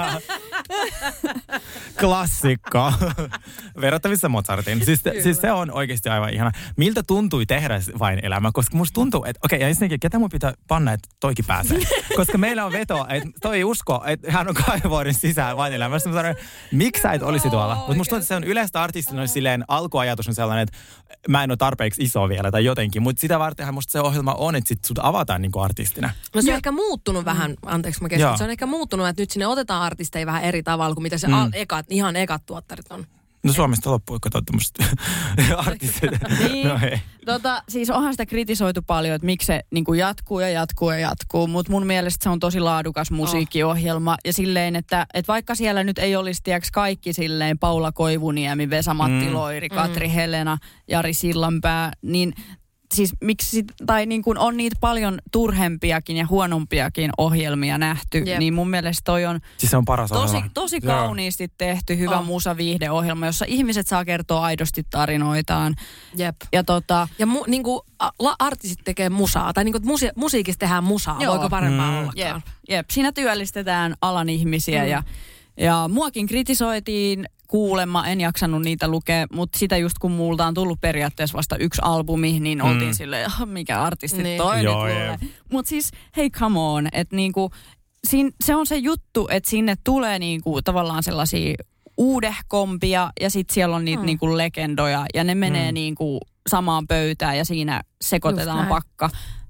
Klassikko. Verrattavissa Mozartin. Siis se on oikeasti aivan ihana. Miltä tuntui tehdä vain elämä? Koska musta tuntuu, että okei, ja ensinnäkin, ketä mun pitää panna, että toikin pääsee? Koska meillä on veto, että toi usko, että hän on 2 vuoden sisään vain elämässä. Mä sanon, miksi sä et olisi tuolla? Mutta musta tuntuu, että se on yleistä artistina silleen, alkuajatus on sellainen, että mä en ole tarpeeksi iso vielä tai jotenkin. Mutta sitä vartenhan musta se ohjelma on, että sit sut avataan niin kuin artistina. No se on ehkä muuttunut vähän, anteeksi mä keskityn, se on ehkä muuttunut, että nyt sinne otetaan artisteja vähän eri tavalla kuin mitä se ihan ekat tuottarit on. No Suomesta loppui, kato tämmöistä artistit. Niin, siis onhan sitä kritisoitu paljon, että miksi se niin kuin jatkuu, mutta mun mielestä se on tosi laadukas musiikkiohjelma. Ja silleen, että vaikka siellä nyt ei olisi tiiäks kaikki silleen Paula Koivuniemi, Vesa-Matti Loiri, Katri Helena, Jari Sillanpää, niin siis miksi, tai niin kuin on niitä paljon turhempiakin ja huonompiakin ohjelmia nähty, niin mun mielestä toi on, siis se on paras tosi kauniisti tehty, hyvä musaviihdeohjelma, jossa ihmiset saa kertoa aidosti tarinoitaan. Jep. Ja niinku artistit tekee musaa, tai niinku musiikista tehdään musaa, voiko parempaa ollakaan. Jep. Siinä työllistetään alan ihmisiä ja muakin kritisoitiin kuulemma, en jaksanut niitä lukea, mutta sitä just kun multa on tullut periaatteessa vasta 1 albumi, niin oltiin silleen, mikä artisti toi nyt tulee. Mutta siis, hei come on, että niinku, se on se juttu, että sinne tulee niinku tavallaan sellaisia uudehkompia ja sitten siellä on niitä niinku legendoja ja ne menee niinku samaan pöytään ja siinä sekoitetaan pakka.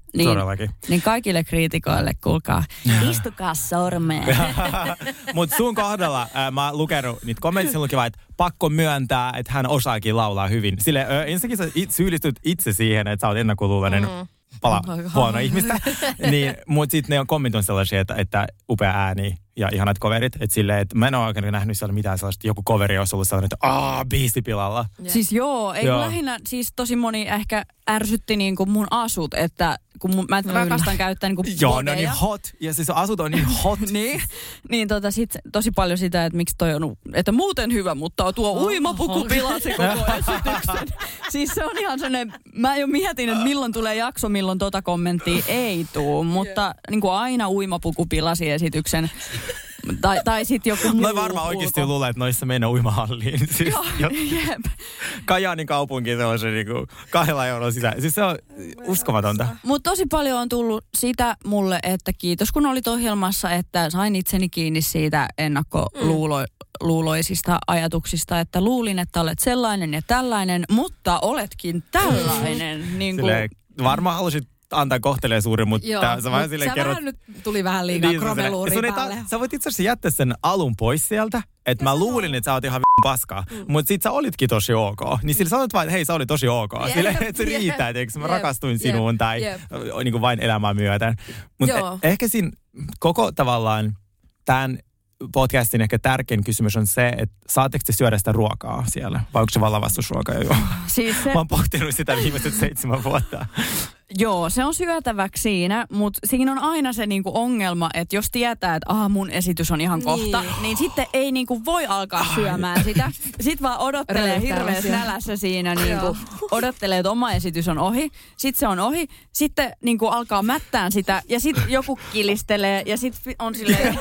Niin kaikille kriitikoille, kuulkaa, istukaa sormeen. Mutta sun kohdalla mä oon lukenut niitä kommentteja, lukiva, että pakko myöntää, että hän osaakin laulaa hyvin. Sille ensinnäkin sä syyllistyt itse siihen, että sä oot ennakkoluuloinen huono ihmistä. Niin, mutta sitten ne kommentit on sellaisia, että upea ääni ja ihanat coverit. Että silleen, että mä en ole oikein nähnyt siellä mitään sellaista, joku coveri olisi ollut sellainen, että biisi pilalla. Siis lähinnä siis tosi moni ehkä ärsytti niin kuin mun asut, että kun mä rakastan käyttää niin kuin ne on niin hot. Ja siis asut on niin hot. niin sit tosi paljon sitä, että miksi toi on, että muuten hyvä, mutta tuo uimapuku pilasi koko esityksen. Siis se on ihan sellainen, mä jo mietin, että milloin tulee jakso, milloin kommenttia ei tuu, mutta niin kuin aina uimapuku pilasi esityksen. Tai sitten joku muu. Mä varmaan oikeasti luulen, että noissa mennään uimahalliin. Siis, jep. Kajaanin kaupunki se on se niinku 2 € sisään. Siis se on uskomatonta. Mutta tosi paljon on tullut sitä mulle, että kiitos kun olit ohjelmassa, että sain itseni kiinni siitä ennakkoluuloisista ajatuksista, että luulin, että olet sellainen ja tällainen, mutta oletkin tällainen. Niin silleen, varmaan halusit antaa kohtelee suuri, mutta sä vähän silleen kerrot. Nyt tuli vähän liikaa kromeluuria päälle. Sä voit itse asiassa jättää sen alun pois sieltä, että mä luulin, että sä oot ihan paskaa, mutta sit sä olitkin tosi ok. Niin sillä sanoit vain, että hei, sä olit tosi ok. Silleen, että se riittää, että mä rakastuin sinuun tai niin kuin vain elämää myöten. Mutta ehkä siinä koko tavallaan tämän podcastin ehkä tärkein kysymys on se, että saatteko te syödä sitä ruokaa siellä? Vai onko se vaan lavastusruokaa jo? Siis mä oon pohtinut sitä viimeiset 7 vuotta. Joo, se on syötäväksi siinä, mutta siinä on aina se niinku ongelma, että jos tietää, että mun esitys on ihan kohta, niin sitten ei niinku voi alkaa syömään sitä. Sitten vaan odottelee hirveässä nälässä siinä, niinku, odottelee, että oma esitys on ohi. Sitten se on ohi, sitten niinku alkaa mättään sitä ja sitten joku kilistelee ja sitten on silleen,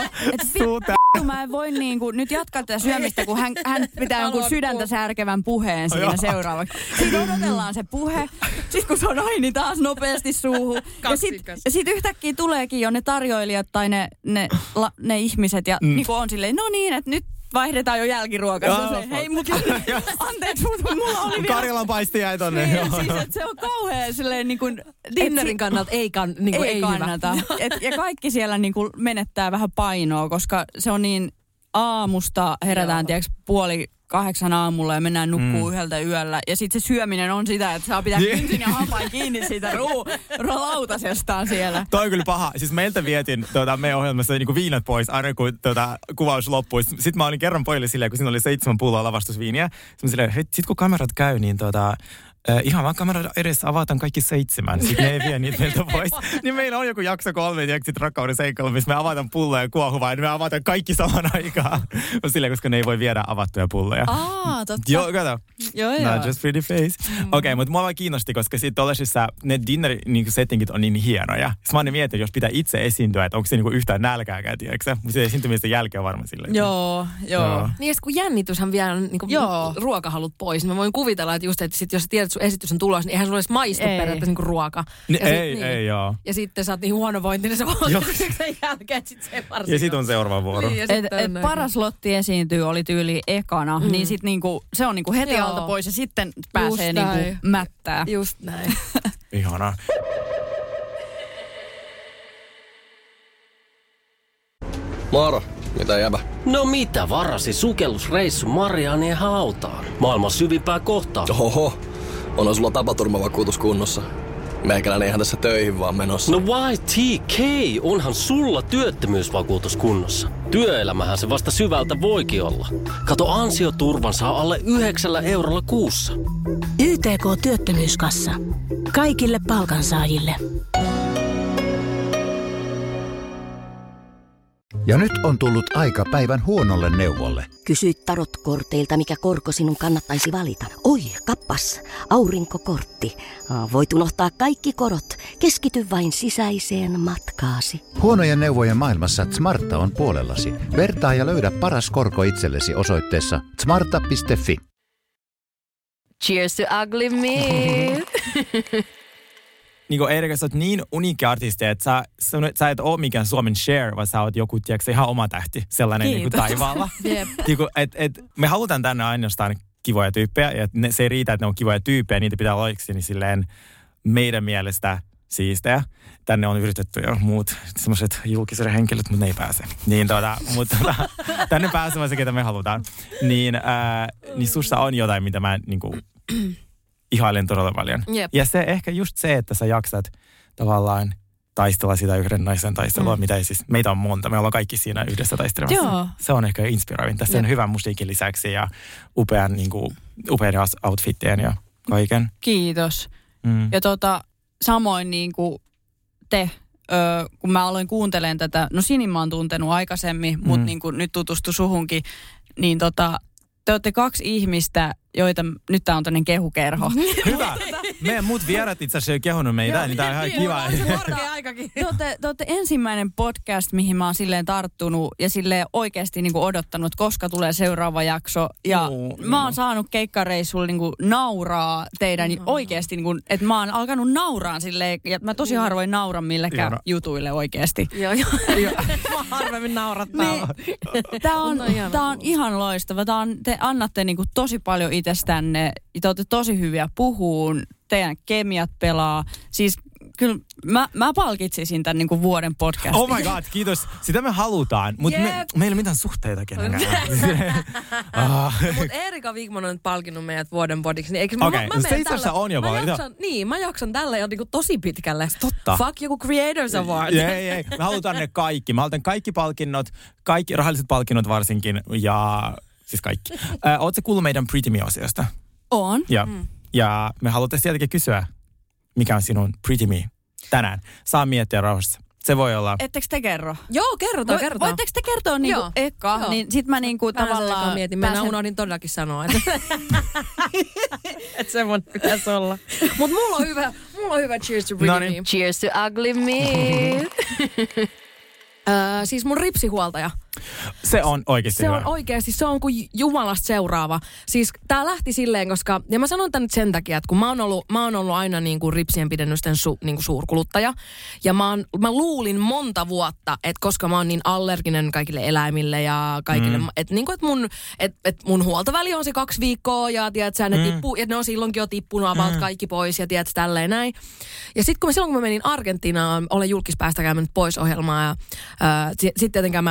mä en voi niinku nyt jatkaa tätä syömistä, kun hän pitää jonkun sydäntä särkevän puheen siinä seuraavaksi. Sitten odotellaan se puhe, sitten kun se on ohi, niin taas nopeasti suuhun. Ja sit yhtäkkiä tuleekin jo ne tarjoilijat tai ne ihmiset ja niinku on silleen, no niin, että nyt vaihdetaan jo jälkiruokaa. Hei, mutta anteeksi, mulla oli vielä. Karjalanpaisti jäi tonne. Siis, että se on kauhean silleen niin kuin dinnerin kannalta ei kannata. Ja kaikki siellä niin kuin menettää vähän painoa, koska se on niin aamusta herätään, tiedätkö, 8 aamulla ja mennään nukkuu 1 yöllä. Ja sitten se syöminen on sitä, että saa pitää kynsin ja hampain kiinni siitä lautasestaan siellä. Toi on kyllä paha. Siis meiltä vietin meidän ohjelmassa niinku viinat pois aina kun kuvaus loppui. Sitten mä olin kerran pojille silleen, kun siinä oli 7 pulloa lavastusviiniä. Sitten silleen, sit kun kamerat käy, niin ihan vaan kameran edessä avataan kaikki 7. Sitten ne ei vie niitä meiltä pois. Niin meillä on joku jakso 3, sitten Rakkauden seikkailu, missä me avataan pulloja ja kuohuvaa. Ja me avataan kaikki saman aikaan. Silleen, koska ne ei voi viedä avattuja pulloja. Totta. Joo, kato. Joo. Not just pretty face. Okei, mutta mua vaan kiinnosti, koska sitten tollasissa ne dinner-settingit on niin hienoja. Sitten mä oon mietin, jos pitää itse esiintyä, että onko se niinku yhtään nälkääkään, tiedätkö? Se esiintymisten jälkeen on varmaan silleen. Joo. Niin, kun jännityshän vielä on niinku ruokahalut pois. Mä voin kuvitella, että just, että sit, jos sä tiedät, sun esitys on tulos, niin eihän sulla edes maistu periaatteessa niinku ruoka. Ei, joo. Ja sitten sä oot niin huonovointinen, niin sä sen jälkeen sit se varsin. Ja sit on seuraava vuoro. Niin, paras Lotti esiintyy oli tyyli ekana, niin sit niinku, se on niinku heti alta pois ja sitten pääsee niinku mättää. Just näin. Ihanaa. Moro, mitä jäbä? No mitä varasi sukellusreissu Marianien hautaan? Maailman syvimpää kohtaa. Oho, on sulla tapaturmavakuutus kunnossa. Meikäläinen ihan tässä töihin vaan menossa. No YTK, onhan sulla työttömyysvakuutus kunnossa. Työelämähän se vasta syvältä voikin olla. Kato, ansioturvan saa alle 9 eurolla kuussa. YTK Työttömyyskassa. Kaikille palkansaajille. Ja nyt on tullut aika päivän huonolle neuvolle. Kysyit tarotkorteilta, mikä korko sinun kannattaisi valita. Oi, kappas, aurinkokortti. Voit unohtaa kaikki korot. Keskity vain sisäiseen matkaasi. Huonojen neuvojen maailmassa Smarta on puolellasi. Vertaa ja löydä paras korko itsellesi osoitteessa smarta.fi. Cheers to ugly me. Niin kuin Erika, sä oot niin uniikki artisti, että sä et ole mikään Suomen Cher, vaan sä oot joku, tiedätkö, ihan oma tähti, sellainen niin kuin taivaalla. Me halutaan tänne ainoastaan kivoja tyyppejä, ja se ei riitä, että ne on kivoja tyyppejä, niitä pitää olla oikeasti silleen meidän mielestä siistejä. Tänne on yritetty jo muut semmoiset julkisuuden henkilöt, mutta ne ei pääse. Tänne pääsee se, ketä me halutaan. Niin sussa on jotain, mitä mä niinku ihailen todella paljon. Jep. Ja se ehkä just se, että sä jaksat tavallaan taistella sitä yhden naisen taistelua, mitä ei siis, meitä on monta, me ollaan kaikki siinä yhdessä taistelemassa. Joo. Se on ehkä inspiroivinta. Se on hyvän musiikin lisäksi ja upean outfittien ja kaiken. Kiitos. Ja samoin niin kuin te, kun mä aloin kuuntelemaan tätä, no Sinin mä oon tuntenut aikaisemmin, mutta niin kuin nyt tutustu suhunkin, niin te olette 2 ihmistä, joita, nyt tää on tämmönen kehukerho. Hyvä. Meidän muut vierat itse asiassa ei kehunut meitä, niin tää on ihan kiva. Te olette ensimmäinen podcast, mihin mä oon silleen tarttunut ja silleen oikeasti niinku odottanut, koska tulee seuraava jakso. Ja mä oon saanut keikkareissulla niinku nauraa teidän oikeasti, niinku, että mä oon alkanut nauraan silleen, ja mä tosi harvoin nauran millekään jutuille oikeasti. Joo. Mä harvemmin naurattaa. Tää on ihan loistava. Te annatte niinku tosi paljon itsestänne. Te olette tosi hyviä puhuun. Teidän kemiat pelaa. Siis kyllä mä palkitsisin tämän niinku vuoden podcastin. Oh my god, kiitos. Sitä me halutaan. Mutta meillä ei ole mitään suhteita kenenkään. Mutta Erika Wigman on nyt palkinnut meidät vuoden podiksi. Niin se itse asiassa on jo paljon. Mä jaksan tällä jo niinku tosi pitkälle. Totta. Fuck joku Creators Award. Ei. Me halutaan ne kaikki. Mä halutaan kaikki palkinnot, kaikki rahalliset palkinnot varsinkin ja siis kaikki. Ootko kuullut meidän Pretty Me-osiosta? On. Ja me halutaan tietenkin kysyä, mikä on sinun Pretty Me tänään. Saa miettiä rauhassa. Se voi olla... Ettekö te kerro? Joo, kerrotaan. Voitteko te kertoa niinku eka? Niin sit mä niinku tavallaan... Mä unohdin todellakin sanoa, että semmoinen pitäisi olla. Mut mulla on hyvä Cheers to Pretty Me. Cheers to ugly me. Siis mun ripsihuoltaja. Se on oikeasti hyvä. Se on oikeasti, se on kuin Jumalasta seuraava. Siis tää lähti silleen, koska, ja mä sanon tän nyt sen takia, että kun mä oon ollut aina niin kuin ripsien pidennysten niin kuin suurkuluttaja. Ja mä luulin monta vuotta, että koska mä oon niin allerginen kaikille eläimille ja kaikille, että niin kuin, että mun huoltoväli on se 2 viikkoa ja tiedätkö, ne tippuu, ja ne on silloinkin jo tippunut about kaikki pois ja tiedätkö, tälleen näin. Ja sitten silloin kun mä menin Argentiinaan, olen julkispäästä käynyt pois ohjelmaa ja sitten tietenkään mä en laittanut sinne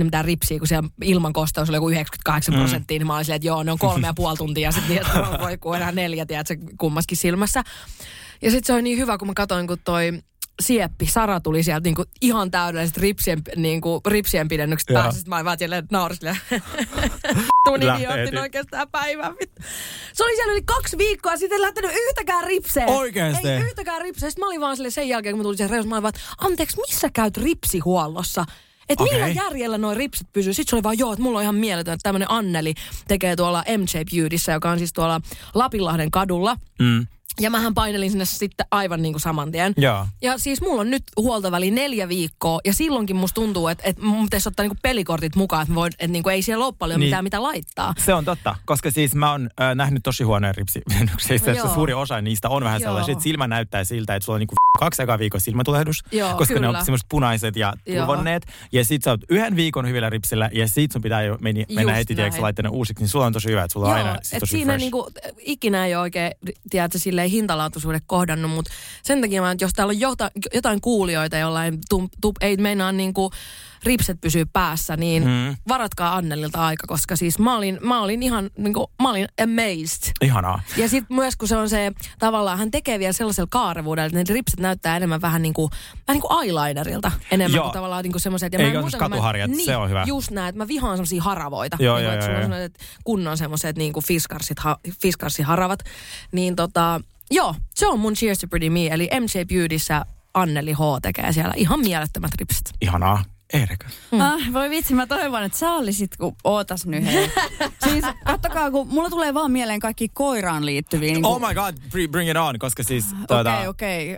sinne mitään ripsiä, kun siellä ilmankosteus oli joku 98%, niin mä olin silleen, että joo, ne on 3,5 tuntia, ja sitten voi kun enää 4, tiedätkö, kummaskin silmässä. Ja sitten se oli niin hyvä, kun mä katsoin, kun toi Sieppi, Sara tuli sieltä niinku ihan täydelliset ripsien pidennykset päässä. Sitten mä olin vaan siellä naurin silleen, tuun idioottin oikeastaan päivän. Se oli siellä yli 2 viikkoa, sitten en lähtenyt yhtäkään ripseen. Oikeesti? Ei yhtäkään ripseen. Sitten mä olin vaan silleen sen jälkeen, kun mä tulin siihen reissuun, mä olin vaan, anteeksi, missä käyt ripsihuollossa? Että millä järjellä noi ripsit pysyy? Sitten se oli vaan, joo, että mulla on ihan mieletön, että tämmönen Anneli tekee tuolla MJ Beautyssä, joka on siis tuolla Lapinlahden kadulla. Ja mähän painelin sinne sitten aivan niin kuin saman tien. Joo. Ja siis mulla on nyt huoltoväli 4 viikkoa. Ja silloinkin musta tuntuu, että mun pitäisi ottaa niinku pelikortit mukaan, että niin ei siellä ole paljon mitään mitä laittaa. Se on totta, koska siis mä oon nähnyt tosi huonoja ripsivennyksiä. Suuri osa niistä on vähän sellaisia, että silmä näyttää siltä, että sulla on niinku 2 ekaa viikon silmätulehdus. Joo, koska kyllä. ne on semmoiset punaiset ja turvonneet. Ja sit sä oot 1 viikon hyvillä ripsillä ja sit sun pitää jo mennä heti tiedätkö laittaa ne uusiksi. Niin sulla on tosi hyvä, että sulla on aina tosi siinä fresh. niinku, ikinä ei ole oikein, tiedätkö, silleen hintalaatuisuuden kohdannut, mutta sen takia että jos täällä on jotain kuulijoita, jollain ei meinaa niinku ripset pysyy päässä, niin varatkaa Annelilta aika, koska siis mä olin ihan niinku, mä olin amazed. Ihanaa. Ja sitten myös kun se on se, tavallaan hän tekee vielä sellaisella kaarevuudella, että ne ripset näyttää enemmän vähän niin kuin eyelinerilta. Enemmän kuin tavallaan niin kuin semmoiset. Eikä ole katuharjat, se on hyvä. Just näin, että mä vihaan semmoisia haravoita. Joo, niin että sulla on sellaiset kunnon semmoiset niin kuin fiskarssiharavat. Niin joo, se on mun Cheers to Pretty Me, eli MJ Beautyssä Anneli H. tekee siellä ihan mielettömät ripset. Ihanaa. Eerika. Voi vitsi, mä toivon, että sä olisit, kun ootas nyt hei. Siis kattokaa, kun mulla tulee vaan mieleen kaikki koiraan liittyviä. Niin oh my god, bring it on, koska siis Okei.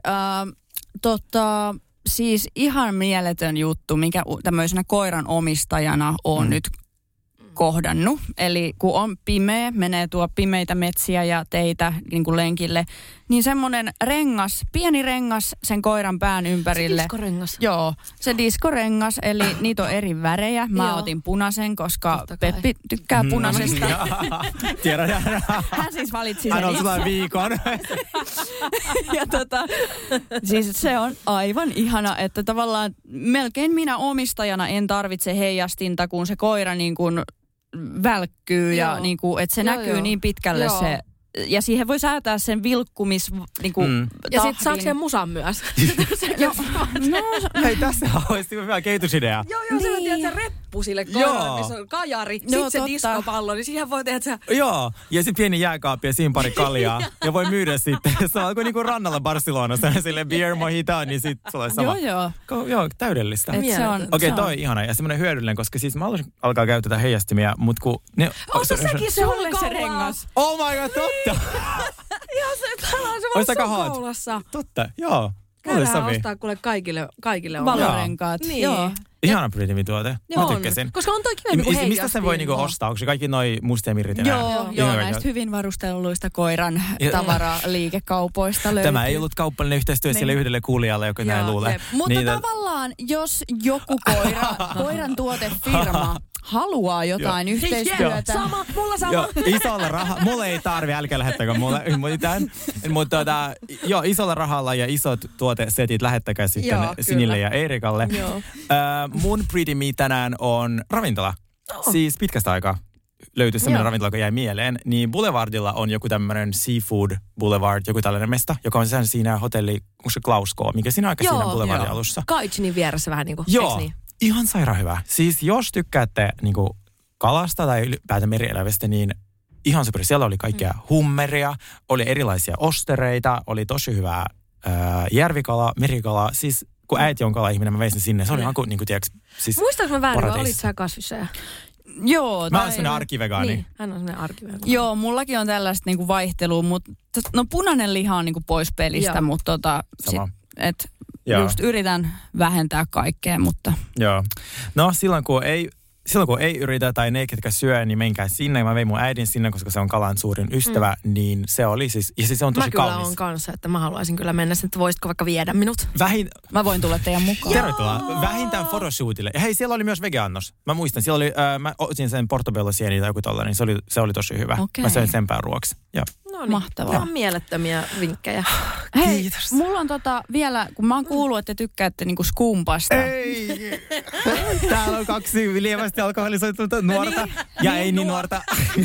Siis ihan mieletön juttu, mikä tämmöisenä koiran omistajana on nyt kohdannut. Eli kun on pimeä, menee tuo pimeitä metsiä ja teitä niin kuin lenkille, niin semmoinen pieni rengas sen koiran pään ympärille. Se diskorengas. Joo, se diskorengas, eli niitä on eri värejä. Mä otin punaisen, koska Peppi tykkää punaisesta. Tiedän. Hän siis valitsi sen. Hän on sulla viikon. Ja siis se on aivan ihana, että tavallaan melkein minä omistajana en tarvitse heijastinta, kun se koira niin kuin välkkyy ja niin kuin, että se näkyy niin pitkälle se. Ja siihen voi säätää sen vilkkumis niinku ja sit saako sen musan myös? Hei, tässä olisi hyvä kehitysidea. Joo, se on tiedät, se reppu sille koiralle, missä on kajari. Sitten se diskopallo, niin siihen voi tehdä se. Joo, ja sitten pieni jääkaappi ja siinä pari kaljaa. Ja voi myydä sitten. Se on niinku rannalla Barcelonassa, sille beer mojito, niin sitten sulla olisi sama. Joo, täydellistä. Okei, toi on ihana ja semmoinen hyödyllinen, koska siis mä haluaisin alkaa käyttää heijastimia, mutta kun ne... Osta sekin sulle se rengas. Oh my god, totta! Ihan se vaan kaulassa. Totta, joo. Käydään ostaa kuule kaikille on. Valorenkaat. Niin. Joo. Ihana Pretty Me -tuote. Mä tykkäsin. Koska on toi kivempi kuin heijastin. Mistä sen voi niinku ostaa? Onko se kaikki noi mustia mirrit enää? Joo, näistä hyvin varustelluista koiran tavaraliikekaupoista löytyy. Tämä ei ollut kaupallinen yhteistyö sille yhdelle kuulijalle, joka näin luulee. Mutta tavallaan, jos joku koiran tuotefirma haluaa jotain yhteistyötä. Mulla sama. Joo, isolla rahalla. Mulla ei tarvi, älkää lähettäkö mulle mitään. Mutta isolla rahalla ja isot tuotesetit lähettäkää sitten Sinille ja Eerikalle. Mun Pretty Me tänään on ravintola. Siis pitkästä aikaa löytyi sellainen ravintola, joka jäi mieleen. Niin Boulevardilla on joku tämmöinen Seafood Boulevard, joku tällainen mesta, joka on siinä hotelli, onko se Klausko, mikä siinä aika siinä Boulevardin alussa. Kaitsinin vieressä vähän niin kuin, joo, niin? Ihan sairaan hyvä. Siis jos tykkäätte niinku kalasta tai ylipäätään merielävästä, niin ihan super. Siellä oli kaikkea hummeria, oli erilaisia ostereita, oli tosi hyvää järvikala, merikala. Siis kun äiti on kala-ihminen, mä vein sen sinne. Se oli ihan kuin, tiedätkö, siis muistaaks mä väärin, vai olit sä kasvissyöjä? Joo. Mä oon sellainen arkivegaani. Niin, hän on sellainen arkivegaani. Joo, mullakin on tällaista niinku vaihtelua, mutta punainen liha on niinku pois pelistä, mutta just yritän vähentää kaikkea, mutta... Joo. No silloin kun ei yritä tai ne, ketkä syö, niin menkää sinne. Mä vein mun äidin sinne, koska se on kalan suurin ystävä, niin se oli siis, ja siis se on tosi kaunis. Mä kyllä on kanssa, että mä haluaisin kyllä mennä sinne, että voisitko vaikka viedä minut? Mä voin tulla teidän mukaan. Tervetuloa. Vähintään photoshootille. Ja hei, siellä oli myös vegeannos. Mä muistan, siellä oli, mä otin sen portobello sieni tai joku tollainen, niin se oli tosi hyvä. Okay. Mä söin sen päin ruoksi. Joo. No Mahtavaa. Ihan mielettömiä vinkkejä. Hei, Kiitos. mulla on vielä, kun mä oon kuullut, että te tykkäätte niinku skumpasta. Ei! Täällä on 2 lievästi alkoholisoitunutta nuorta ja ei niin nuorta.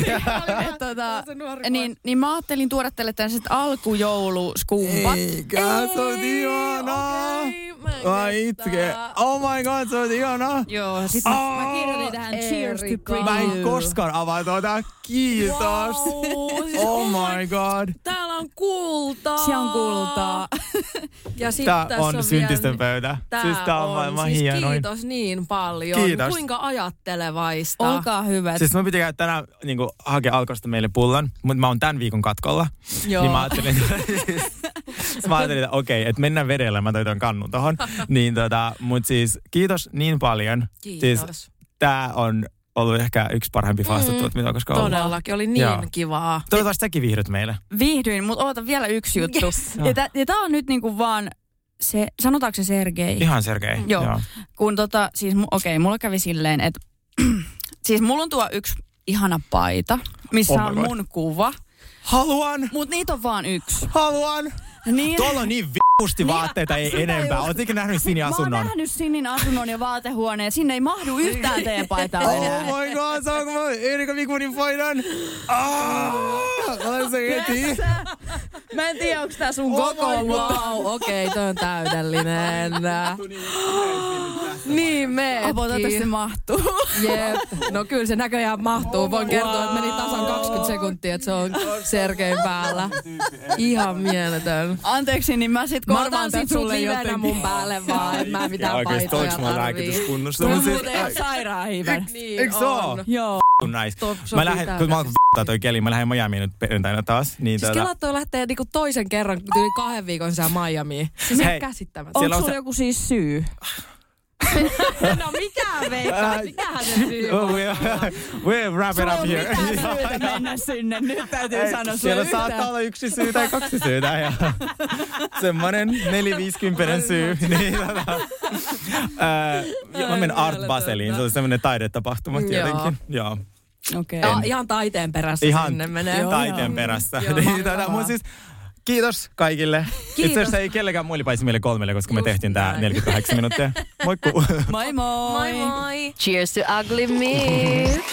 Niin mä ajattelin tuoda teille tällaiset alkujouluskumpat. Eikä, se on ihanaa. Ai itke. Oh my god, se on ihanaa. Joo, sit mä kirjoitin tähän cheers to pretty. Mä en koskaan avaa tuota. Kiitos. Wow, siis oh my god. Täällä on kultaa. Se on kultaa. Ja sit Tää tässä on syntisten pöytä. Siis tää on maailman siis hienoin. kiitos niin paljon. Kiitos. Kuinka ajattelevaista. Olkaa hyvät. Siis mun piti käydä tänään niinku hakea Alkosta meille pullon, mutta mä oon tämän viikon katkolla. Joo. Niin mä ajattelin, että okei, että mennään vedellä, mä toin kannun tohon. Niin mut siis kiitos niin paljon. Kiitos. Siis tää on ollut ehkä yksi parhaimpi haastattelu, mitä on koskaan ollut. Todellakin, oli niin kivaa. Toivottavasti säkin viihdyt meille. Viihdyin, mutta oota vielä yksi juttu. Yes. Ja tää on nyt niinku vaan se, sanotaanko se Sergei? Ihan Sergei. Joo. Kun siis mulla kävi silleen, että siis mulla on tuo yksi ihana paita, missä on mun kuva. Haluan! Mut niitä on vaan yksi. Haluan! Niin. Tuolla on niin v***usti vaatteita, ei enempää. Oletko ikinä nähnyt Sinin asunnon? Mä oon nähnyt Sinin asunnon ja vaatehuoneen. Sinne ei mahdu yhtään teidän paitaa enää. Oh my god, saanko mä Erika Wigmanin paidan? Olen se heti. Mä en tiedä, onko tää sun koko, mutta okei, toi on täydellinen. Niin meetkin. Toivottavasti se mahtuu. Jep. No kyllä se näköjään mahtuu. Voin kertoa, että meni tasan 20 sekuntia, että se on Sergein päällä. Ihan mieletön. Anteeksi, niin mä sit korvaan sit sut livenä mun päälle vaan, että mä mitään paitoja tarvii. Tuo on muuten ihan sairaan hyvä. Eikö se oo? Joo. Nice. Mä lähden, kun mä alkoin toi keli, mä lähden Miamiin nyt perjantaina taas. Niin siis Kela toi lähtee niinku toisen kerran yli 2 viikon sisään Miamiin. Siis hei, käsittämättä. Onko sulla joku siis syy? No mikään veikkaa, mikähän se syy on? We'll wrap it up here. Sulla on mitään syytä mennä sinne, nyt täytyy sanoa siellä saattaa olla 1 syy tai 2 syytä. Ja semmonen 4-50 syy. Niin, mä menen Art Baseliin, se oli semmonen taidetapahtuma tietenkin. Joo. Okei. Ihan taiteen perässä ihan sinne menee. taiteen perässä. Niin, siis, kiitos kaikille. Kiitos. Itse asiassa ei kellekään muille paitsi meille 3, koska me tehtiin tää 48 minuuttia. Moikku. Moi moi. Moi moi. Cheers to ugly me.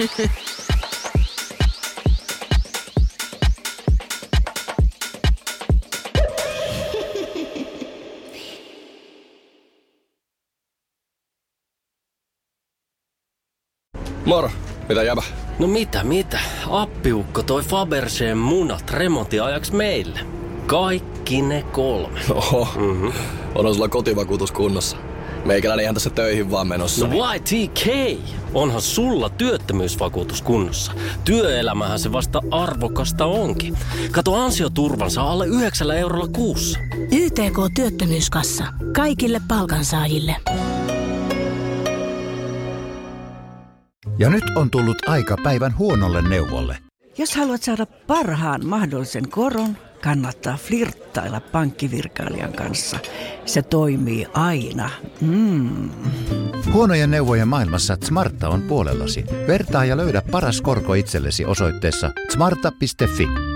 Moro, mitä jäbä? No mitä? Appiukko toi Faberseen munat remontiajaksi meille. Kaikki ne 3. Oho, on sulla kotivakuutus kunnossa. Meikäläinen ihan tässä töihin vaan menossa. No YTK! Onhan sulla työttömyysvakuutus kunnossa. Työelämähän se vasta arvokasta onkin. Kato, ansioturvan saa alle 9 eurolla kuussa. YTK Työttömyyskassa. Kaikille palkansaajille. Ja nyt on tullut aika päivän huonolle neuvolle. Jos haluat saada parhaan mahdollisen koron, kannattaa flirttailla pankkivirkailijan kanssa. Se toimii aina. Huonojen neuvojen maailmassa Smarta on puolellasi. Vertaa ja löydä paras korko itsellesi osoitteessa smarta.fi.